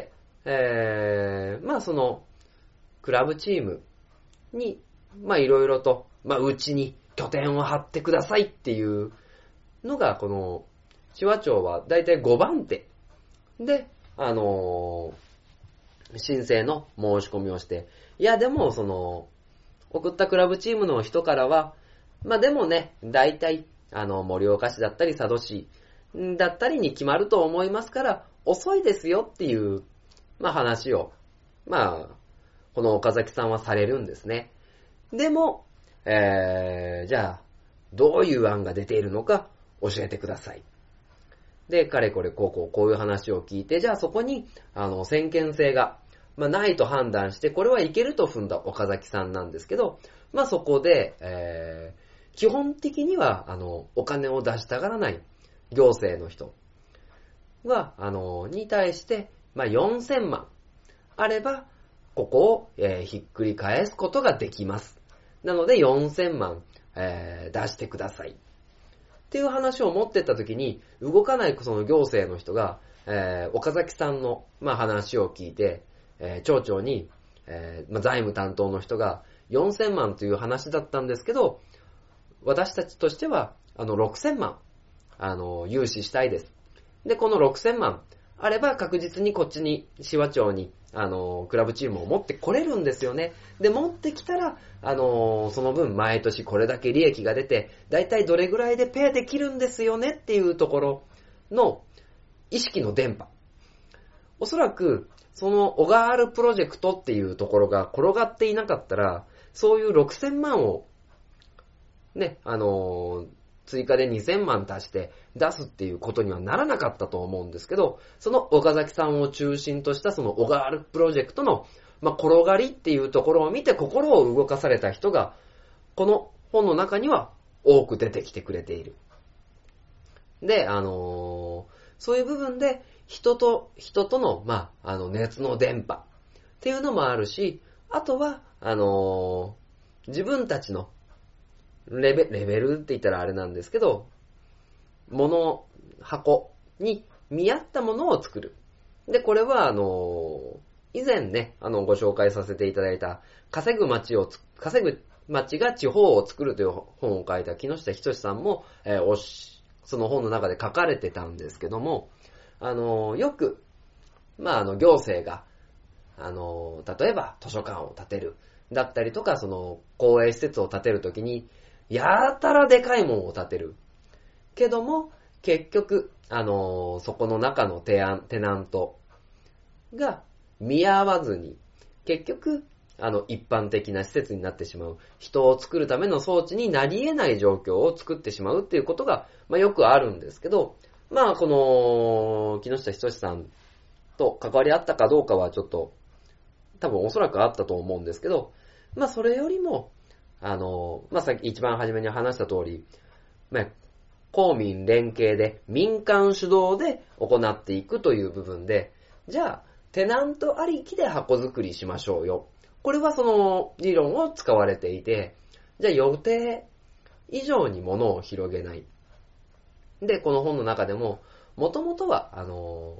えー、まあその、クラブチームに、まあいろいろと、まあうちに拠点を張ってくださいっていうのが、この、紫波町はだいたいごばん手で、あのー、申請の申し込みをして、いやでもその、送ったクラブチームの人からは、まあでもね、だいたい、あの、盛岡市だったり佐渡市だったりに決まると思いますから、遅いですよっていう、まあ話を、まあ、この岡崎さんはされるんですね。でも、えー、じゃあ、どういう案が出ているのか教えてください。で、かれこれこうこうこういう話を聞いて、じゃあそこに、あの、先見性が、まあないと判断して、これはいけると踏んだ岡崎さんなんですけど、まあそこで、えー、基本的には、あの、お金を出したがらない行政の人が、あの、に対して、まあよんせんまんあれば、ここを、えー、ひっくり返すことができます。なのでよんせんまん、えー、出してください。っていう話を持ってった時に、動かないその行政の人が、えー、岡崎さんの、まあ、話を聞いて、えー、町長に、えーまあ、財務担当の人がよんせんまんという話だったんですけど、私たちとしては、あの、ろくせんまん、あの、融資したいです。で、このろくせんまんあれば確実にこっちに、紫波町に、あの、クラブチームを持ってこれるんですよね。で、持ってきたら、あの、その分毎年これだけ利益が出て、だいたいどれぐらいでペイできるんですよねっていうところの意識の伝播。おそらく、そのオガールプロジェクトっていうところが転がっていなかったら、そういうろくせんまんを、ね、あの、追加でにせんまん足して出すっていうことにはならなかったと思うんですけど、その岡崎さんを中心としたそのオガールプロジェクトの、まあ、転がりっていうところを見て心を動かされた人が、この本の中には多く出てきてくれている。で、あのー、そういう部分で人と人との、まあ、あの熱の電波っていうのもあるし、あとは、あのー、自分たちのレベ、レベルって言ったらあれなんですけど、物、箱に見合ったものを作る。で、これはあの、以前ね、あの、ご紹介させていただいた、稼ぐ街を、稼ぐ街が地方を作るという本を書いた木下仁さんも、えー、おし、その本の中で書かれてたんですけども、あの、よく、まあ、あの、行政が、あの、例えば図書館を建てる、だったりとか、その、公営施設を建てるときに、やたらでかいもんを建てる。けども、結局、あのー、そこの中のテアン、テナントが見合わずに、結局、あの、一般的な施設になってしまう。人を作るための装置になり得ない状況を作ってしまうっていうことが、まあ、よくあるんですけど、まあ、この、木下仁さんと関わりあったかどうかはちょっと、多分おそらくあったと思うんですけど、まあ、それよりも、あの、まあ、さっき一番初めに話した通り、まあ、公民連携で民間主導で行っていくという部分で、じゃあ、テナントありきで箱作りしましょうよ。これはその理論を使われていて、じゃあ予定以上に物を広げない。で、この本の中でも、もともとは、あの、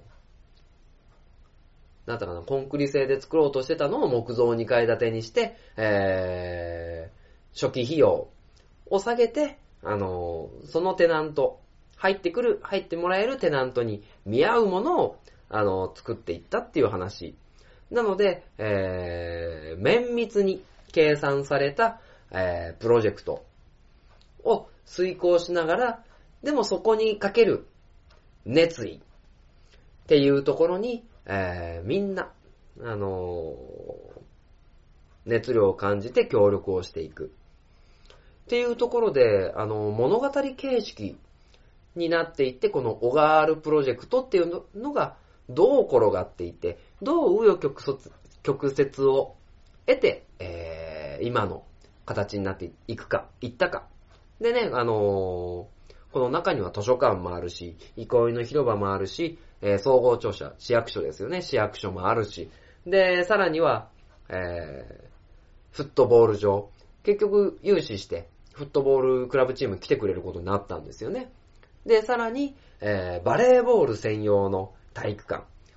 なんだかな、コンクリ製で作ろうとしてたのを木造にかい建てにして、えー、初期費用を下げて、あの、そのテナント、入ってくる、入ってもらえるテナントに見合うものを、あの、作っていったっていう話。なので、えー、綿密に計算された、えー、プロジェクトを遂行しながら、でもそこにかける熱意っていうところに、えー、みんな、あのー、熱量を感じて協力をしていく。っていうところで、あの、物語形式になっていって、このオガールプロジェクトっていうのがどう転がっていて、どう紆余曲折、曲折を得て、えー、今の形になっていくか、いったか。でね、あのー、この中には図書館もあるし、憩いの広場もあるし、えー、総合庁舎、市役所ですよね、市役所もあるし、で、さらには、えー、フットボール場、結局融資して、フットボールクラブチーム来てくれることになったんですよね。で、さらに、えー、バレーボール専用の体育館。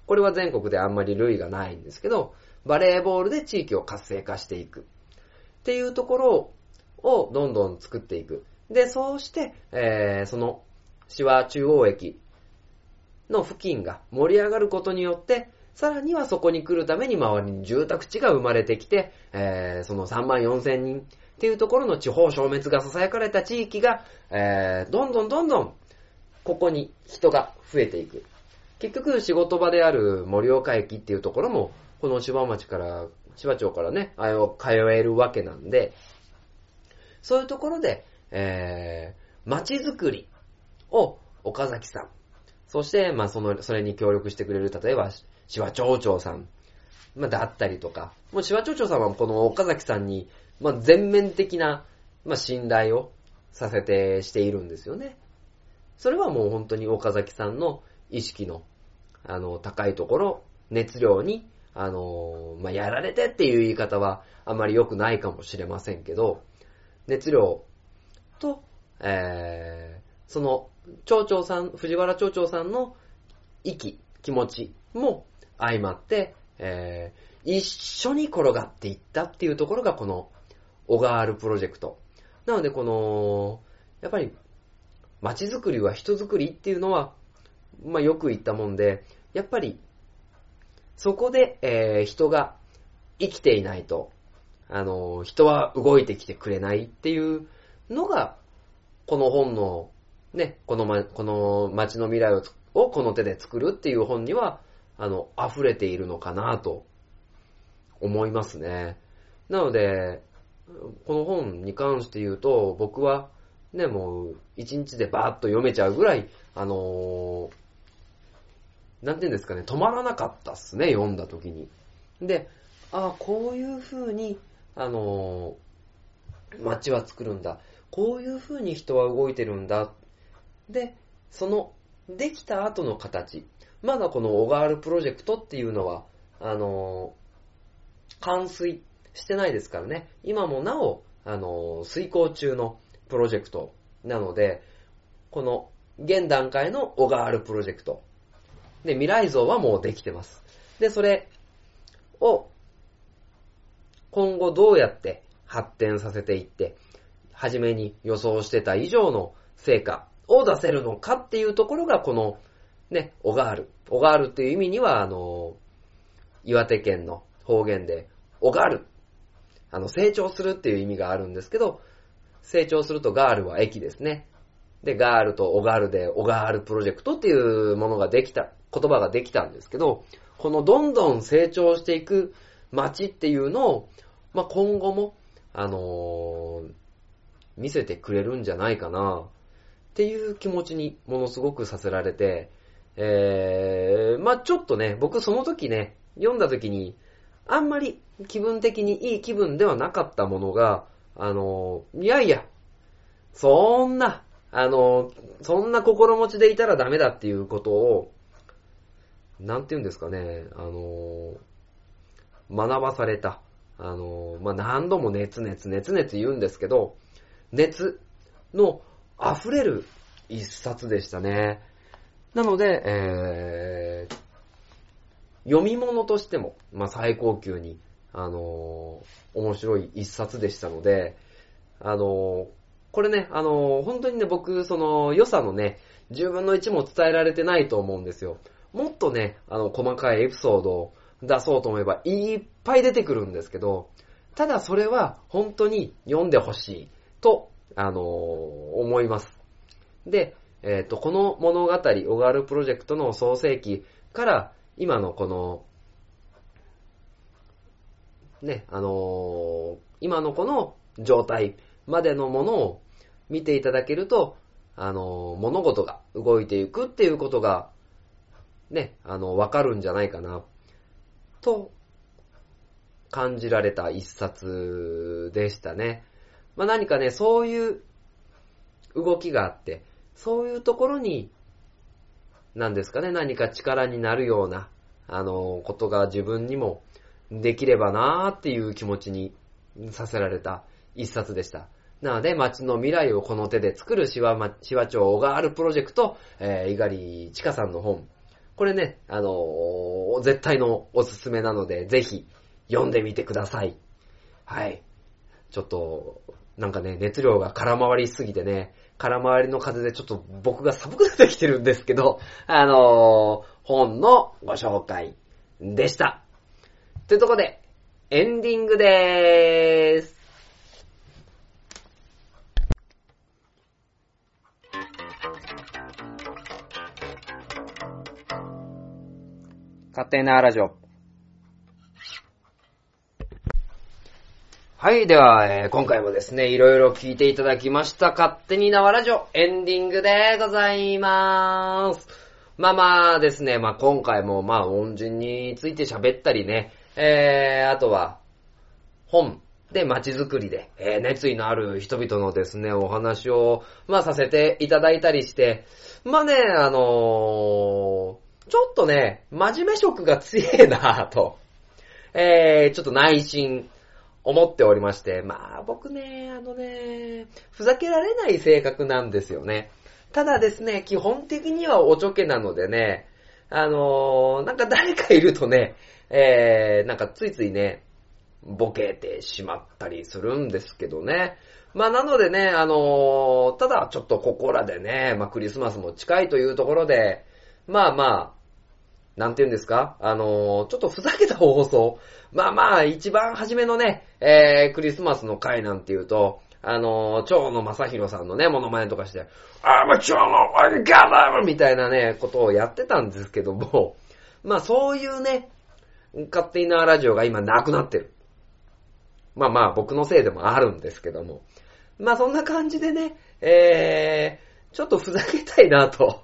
これは全国であんまり類がないんですけど、バレーボールで地域を活性化していくっていうところをどんどん作っていく。で、そうして、えー、その志波中央駅の付近が盛り上がることによって、さらにはそこに来るために周りに住宅地が生まれてきて、えー、そのさんまんよんせんにんっていうところの地方消滅が囁かれた地域が、えー、どんどんどんどんここに人が増えていく。結局仕事場である盛岡駅っていうところも、この芝町から、芝町からね、通えるわけなんで、そういうところで、えー、街づくりを岡崎さん、そして、まあ、その、それに協力してくれる、例えば、芝町長さん、まあ、だったりとか、もう芝町長さんはこの岡崎さんに、まあ、全面的な、まあ、信頼をさせてしているんですよね。それはもう本当に岡崎さんの意識の、あの、高いところ、熱量に、あの、まあ、やられてっていう言い方はあまり良くないかもしれませんけど、熱量と、えー、その、町長さん、藤原町長さんの息、気持ちも相まって、えー、一緒に転がっていったっていうところがこの、オガールプロジェクト。なのでこの、やっぱり、街づくりは人づくりっていうのは、まあ、よく言ったもんで、やっぱり、そこで、えー、人が生きていないと、あのー、人は動いてきてくれないっていうのが、この本の、ね、このま、この街の未来を、をこの手で作るっていう本には、あの、溢れているのかなと思いますね。なので、この本に関して言うと、僕は、ね、もう、一日でバーッと読めちゃうぐらい、あのー、なんていうんですかね、止まらなかったっすね、読んだ時に。で、ああ、こういう風に、あのー、街は作るんだ。こういう風に人は動いてるんだ。で、その、できた後の形。まだこのオガールプロジェクトっていうのは、あのー、完遂してないですからね。今もなお、あのー、遂行中のプロジェクトなので、この、現段階のオガールプロジェクト。で、未来像はもうできてます。で、それを、今後どうやって発展させていって、初めに予想してた以上の成果を出せるのかっていうところが、この、ね、オガール。オガールっていう意味には、あの、岩手県の方言で、オガール。あの、成長するっていう意味があるんですけど、成長するとガールは駅ですね。で、ガールとオガールで、オガールプロジェクトっていうものができた、言葉ができたんですけど、このどんどん成長していく街っていうのを、まあ、今後も、あのー、見せてくれるんじゃないかなっていう気持ちにものすごくさせられて、えー、まあ、ちょっとね、僕その時ね、読んだ時に、あんまり気分的にいい気分ではなかったものが、あのー、いやいや、そんな、あのー、そんな心持ちでいたらダメだっていうことを、なんて言うんですかね、あのー、学ばされた。あのー、まあ、何度も熱熱熱熱言うんですけど、熱の溢れる一冊でしたね。なので、えー、読み物としても、まあ、最高級に、あのー、面白い一冊でしたので、あのー、これね、あのー、本当にね、僕、その、良さのね、じゅうぶんのいちも伝えられてないと思うんですよ。もっとね、あの、細かいエピソードを出そうと思えばいっぱい出てくるんですけど、ただそれは本当に読んでほしいと、あのー、思います。で、えっと、この物語、オガールプロジェクトの創世期から今のこの、ね、あのー、今のこの状態までのものを見ていただけると、あのー、物事が動いていくっていうことが、ね、あの、わかるんじゃないかな、と、感じられた一冊でしたね。まあ、何かね、そういう動きがあって、そういうところに、何ですかね、何か力になるような、あの、ことが自分にもできればなーっていう気持ちにさせられた一冊でした。なので、街の未来をこの手で作るシワ、シワ町オガールプロジェクト、えー、猪狩千佳さんの本、 これね、あのー、絶対のおすすめなので、ぜひ読んでみてください。はい。ちょっと、なんかね、熱量が空回りしすぎてね、空回りの風でちょっと僕が寒くなってきてるんですけど、あのー、本のご紹介でした。というところで、エンディングでーす。勝手なラジオ。はい、では、えー、今回もですね、いろいろ聞いていただきました。勝手に縄ラジオ、エンディングでございまーす。まあまあですね、まあ今回もまあ恩人について喋ったりね、えー、あとは、本で街づくりで、えー、熱意のある人々のですね、お話を、まあさせていただいたりして、まあね、あのー、ちょっとね、真面目色が強えなぁと、えー、ちょっと内心思っておりまして、まあ僕ね、あのね、ふざけられない性格なんですよね。ただですね、基本的にはおちょけなのでね、あのー、なんか誰かいるとね、えー、なんかついついね、ボケてしまったりするんですけどね。まあなのでね、あのー、ただちょっとここらでね、まあクリスマスも近いというところで、まあまあ、なんて言うんですか、あのー、ちょっとふざけた放送。まあまあ、一番初めのね、えー、クリスマスの回なんていうと、あのー、蝶野正宏さんのね、モノマネとかして、あーま、蝶野、あれガバーみたいなね、ことをやってたんですけども、まあそういうね、勝手になラジオが今なくなってる。まあまあ、僕のせいでもあるんですけども。まあそんな感じでね、えー、ちょっとふざけたいなと。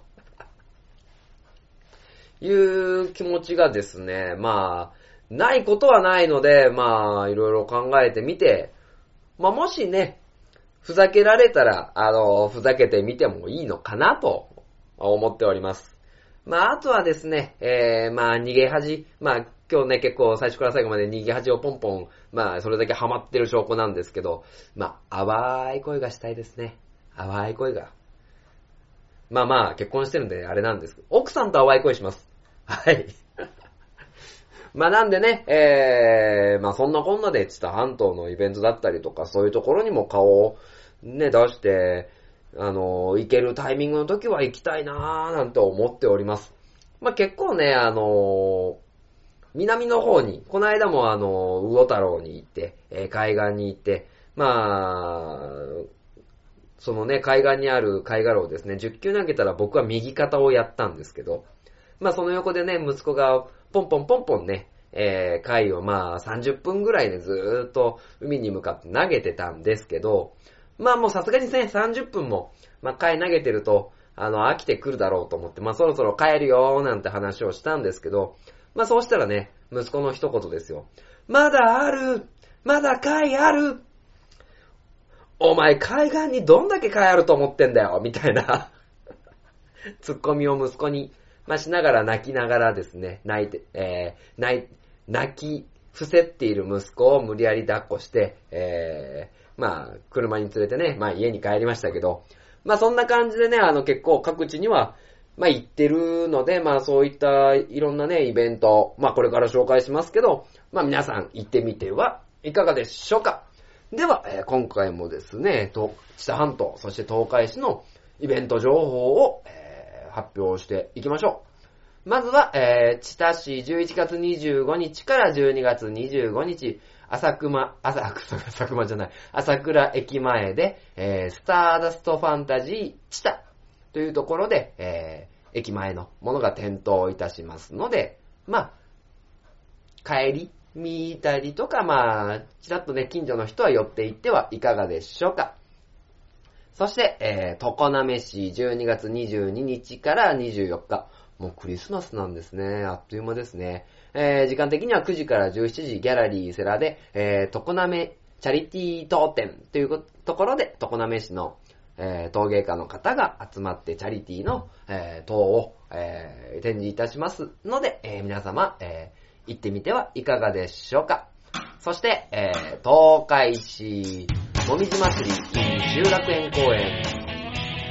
いう気持ちがですね、まあ、ないことはないので、まあ、いろいろ考えてみて、まあ、もしね、ふざけられたら、あの、ふざけてみてもいいのかなと思っております。まあ、あとはですね、えー、まあ、逃げ恥、まあ、今日ね、結構最初から最後まで逃げ恥をポンポン、まあ、それだけハマってる証拠なんですけど、まあ、淡い声がしたいですね。淡い声が。まあまあ、結婚してるんであれなんですけど、奥さんと淡い声します。はい。まあなんでね、えー、まあそんなこんなで知多半島のイベントだったりとか、そういうところにも顔をね、出して、あの、行けるタイミングの時は行きたいなーなんて思っております。まあ結構ね、あの、南の方に、この間もあの、魚太郎に行って、えー、海岸に行って、まあ、そのね、海岸にある貝殻をですね、じゅっきゅう投げたら僕は右肩をやったんですけど、まあその横でね、息子がポンポンポンポンね、えー、貝をまあさんじゅっぷんぐらいでずーっと海に向かって投げてたんですけど、まあもうさすがにね、さんじゅっぷんも、まあ貝投げてると、あの、飽きてくるだろうと思って、まあそろそろ帰るよーなんて話をしたんですけど、まあそうしたらね、息子の一言ですよ。まだあるまだ貝あるお前海岸にどんだけ貝あると思ってんだよみたいなツッコミを息子に、まあ、しながら泣きながらですね、泣いて、えー、泣い、泣き伏せっている息子を無理やり抱っこして、えー、まあ、車に連れてね、まあ家に帰りましたけど、まあそんな感じでね、あの結構各地には、まあ行ってるので、まあそういったいろんなね、イベント、まあこれから紹介しますけど、まあ皆さん行ってみてはいかがでしょうか。では、えー、今回もですね、知多半島、そして東海市のイベント情報を、えー、発表していきましょう。まずは、えー、知多市じゅういちがつにじゅうごにちからじゅうにがつにじゅうごにち、朝熊、朝、朝熊じゃない、朝倉駅前で、えー、スターダストファンタジー知多というところで、えー、駅前のものが点灯いたしますので、まあ、帰り見たりとか、まあ、ちらっとね、近所の人は寄っていってはいかがでしょうか。そして、えー、常滑市じゅうにがつにじゅうににちからにじゅうよっか。もうクリスマスなんですね。あっという間ですね。えー、時間的にはくじからじゅうしちじ、ギャラリーセラで、えー、常滑チャリティー当店というところで、常滑市の、えー、陶芸家の方が集まってチャリティーの、えー、陶を、えー、展示いたしますので、えー、皆様、えー行ってみてはいかがでしょうか。そして、えー、東海市もみじ祭り in 集楽園公園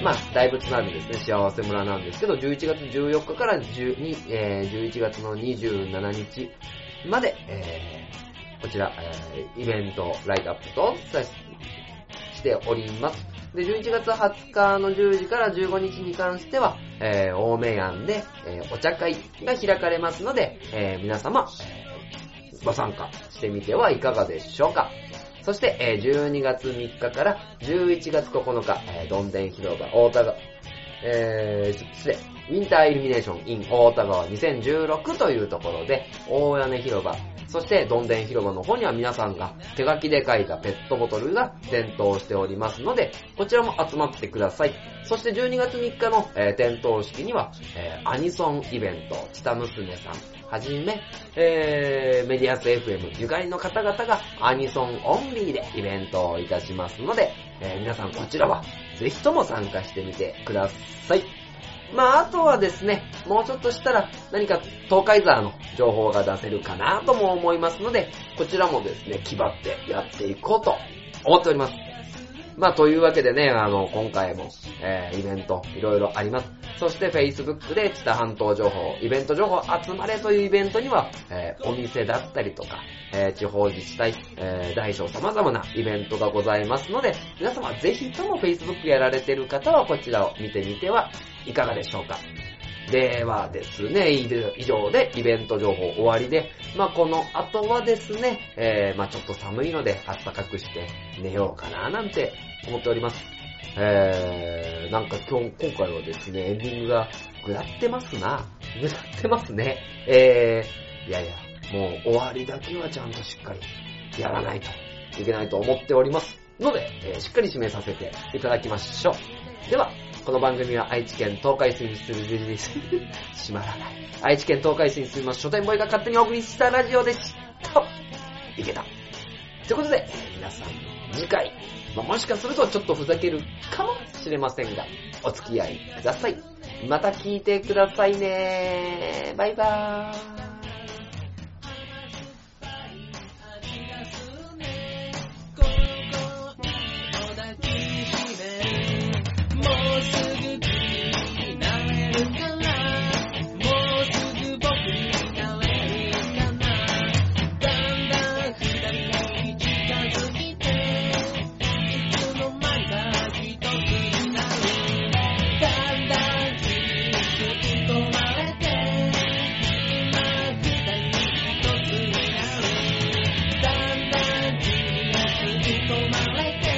まあ、大仏なるですね、幸せ村なんですけど、じゅういちがつじゅうよっかからじゅうに、えー、じゅういちがつのにじゅうしちにちまで、えー、こちら、えー、イベント、ライトアップとさしております。で、じゅういちがつはつかのじゅうじからじゅうごにちに関しては、えー、大明庵で、えー、お茶会が開かれますので、えー、皆様、えー、ご参加してみてはいかがでしょうか。そして、えー、じゅうにがつみっかからじゅういちがつここのか、えー、どんでん広場、大田川、えー、失礼、ウィンターイルミネーション in 大田川にせんじゅうろくというところで、大屋根広場、そしてどんでん広場の方には皆さんが手書きで書いたペットボトルが点灯しておりますので、こちらも集まってください。そしてじゅうにがつみっかの、えー、点灯式には、えー、アニソンイベント、チタ娘さんはじめ、えー、メディアス エフエム ゆかりの方々がアニソンオンリーでイベントをいたしますので、えー、皆さんこちらはぜひとも参加してみてください。まあ、あとはですね、もうちょっとしたら何か東海沢の情報が出せるかなとも思いますので、こちらもですね、気張ってやっていこうと思っております。まあ、というわけでね、あの、今回も、えー、イベントいろいろあります。そして Facebook で知多半島情報、イベント情報集まれというイベントには、えー、お店だったりとか、えー、地方自治体、えー、大小様々なイベントがございますので、皆様ぜひとも Facebook やられている方はこちらを見てみてはいかがでしょうか。ではですね、以上でイベント情報終わりで、まあこの後はですね、えー、まあちょっと寒いので暖かくして寝ようかななんて思っております。えー、なんか今日、今回はですね、エンディングがぐだってますな。ぐだってますね。えー、いやいや、もう終わりだけはちゃんとしっかりやらないといけないと思っておりますので、えー、しっかり締めさせていただきましょう。では、この番組は愛知県東海市に住む閉まらない愛知県東海市に住みます書店ボーイが勝手にお送りしたラジオでした。いけた。ということで、皆さん次回、まあ、もしかするとちょっとふざけるかもしれませんが、お付き合いください。また聞いてくださいね。バイバーイ。止まれて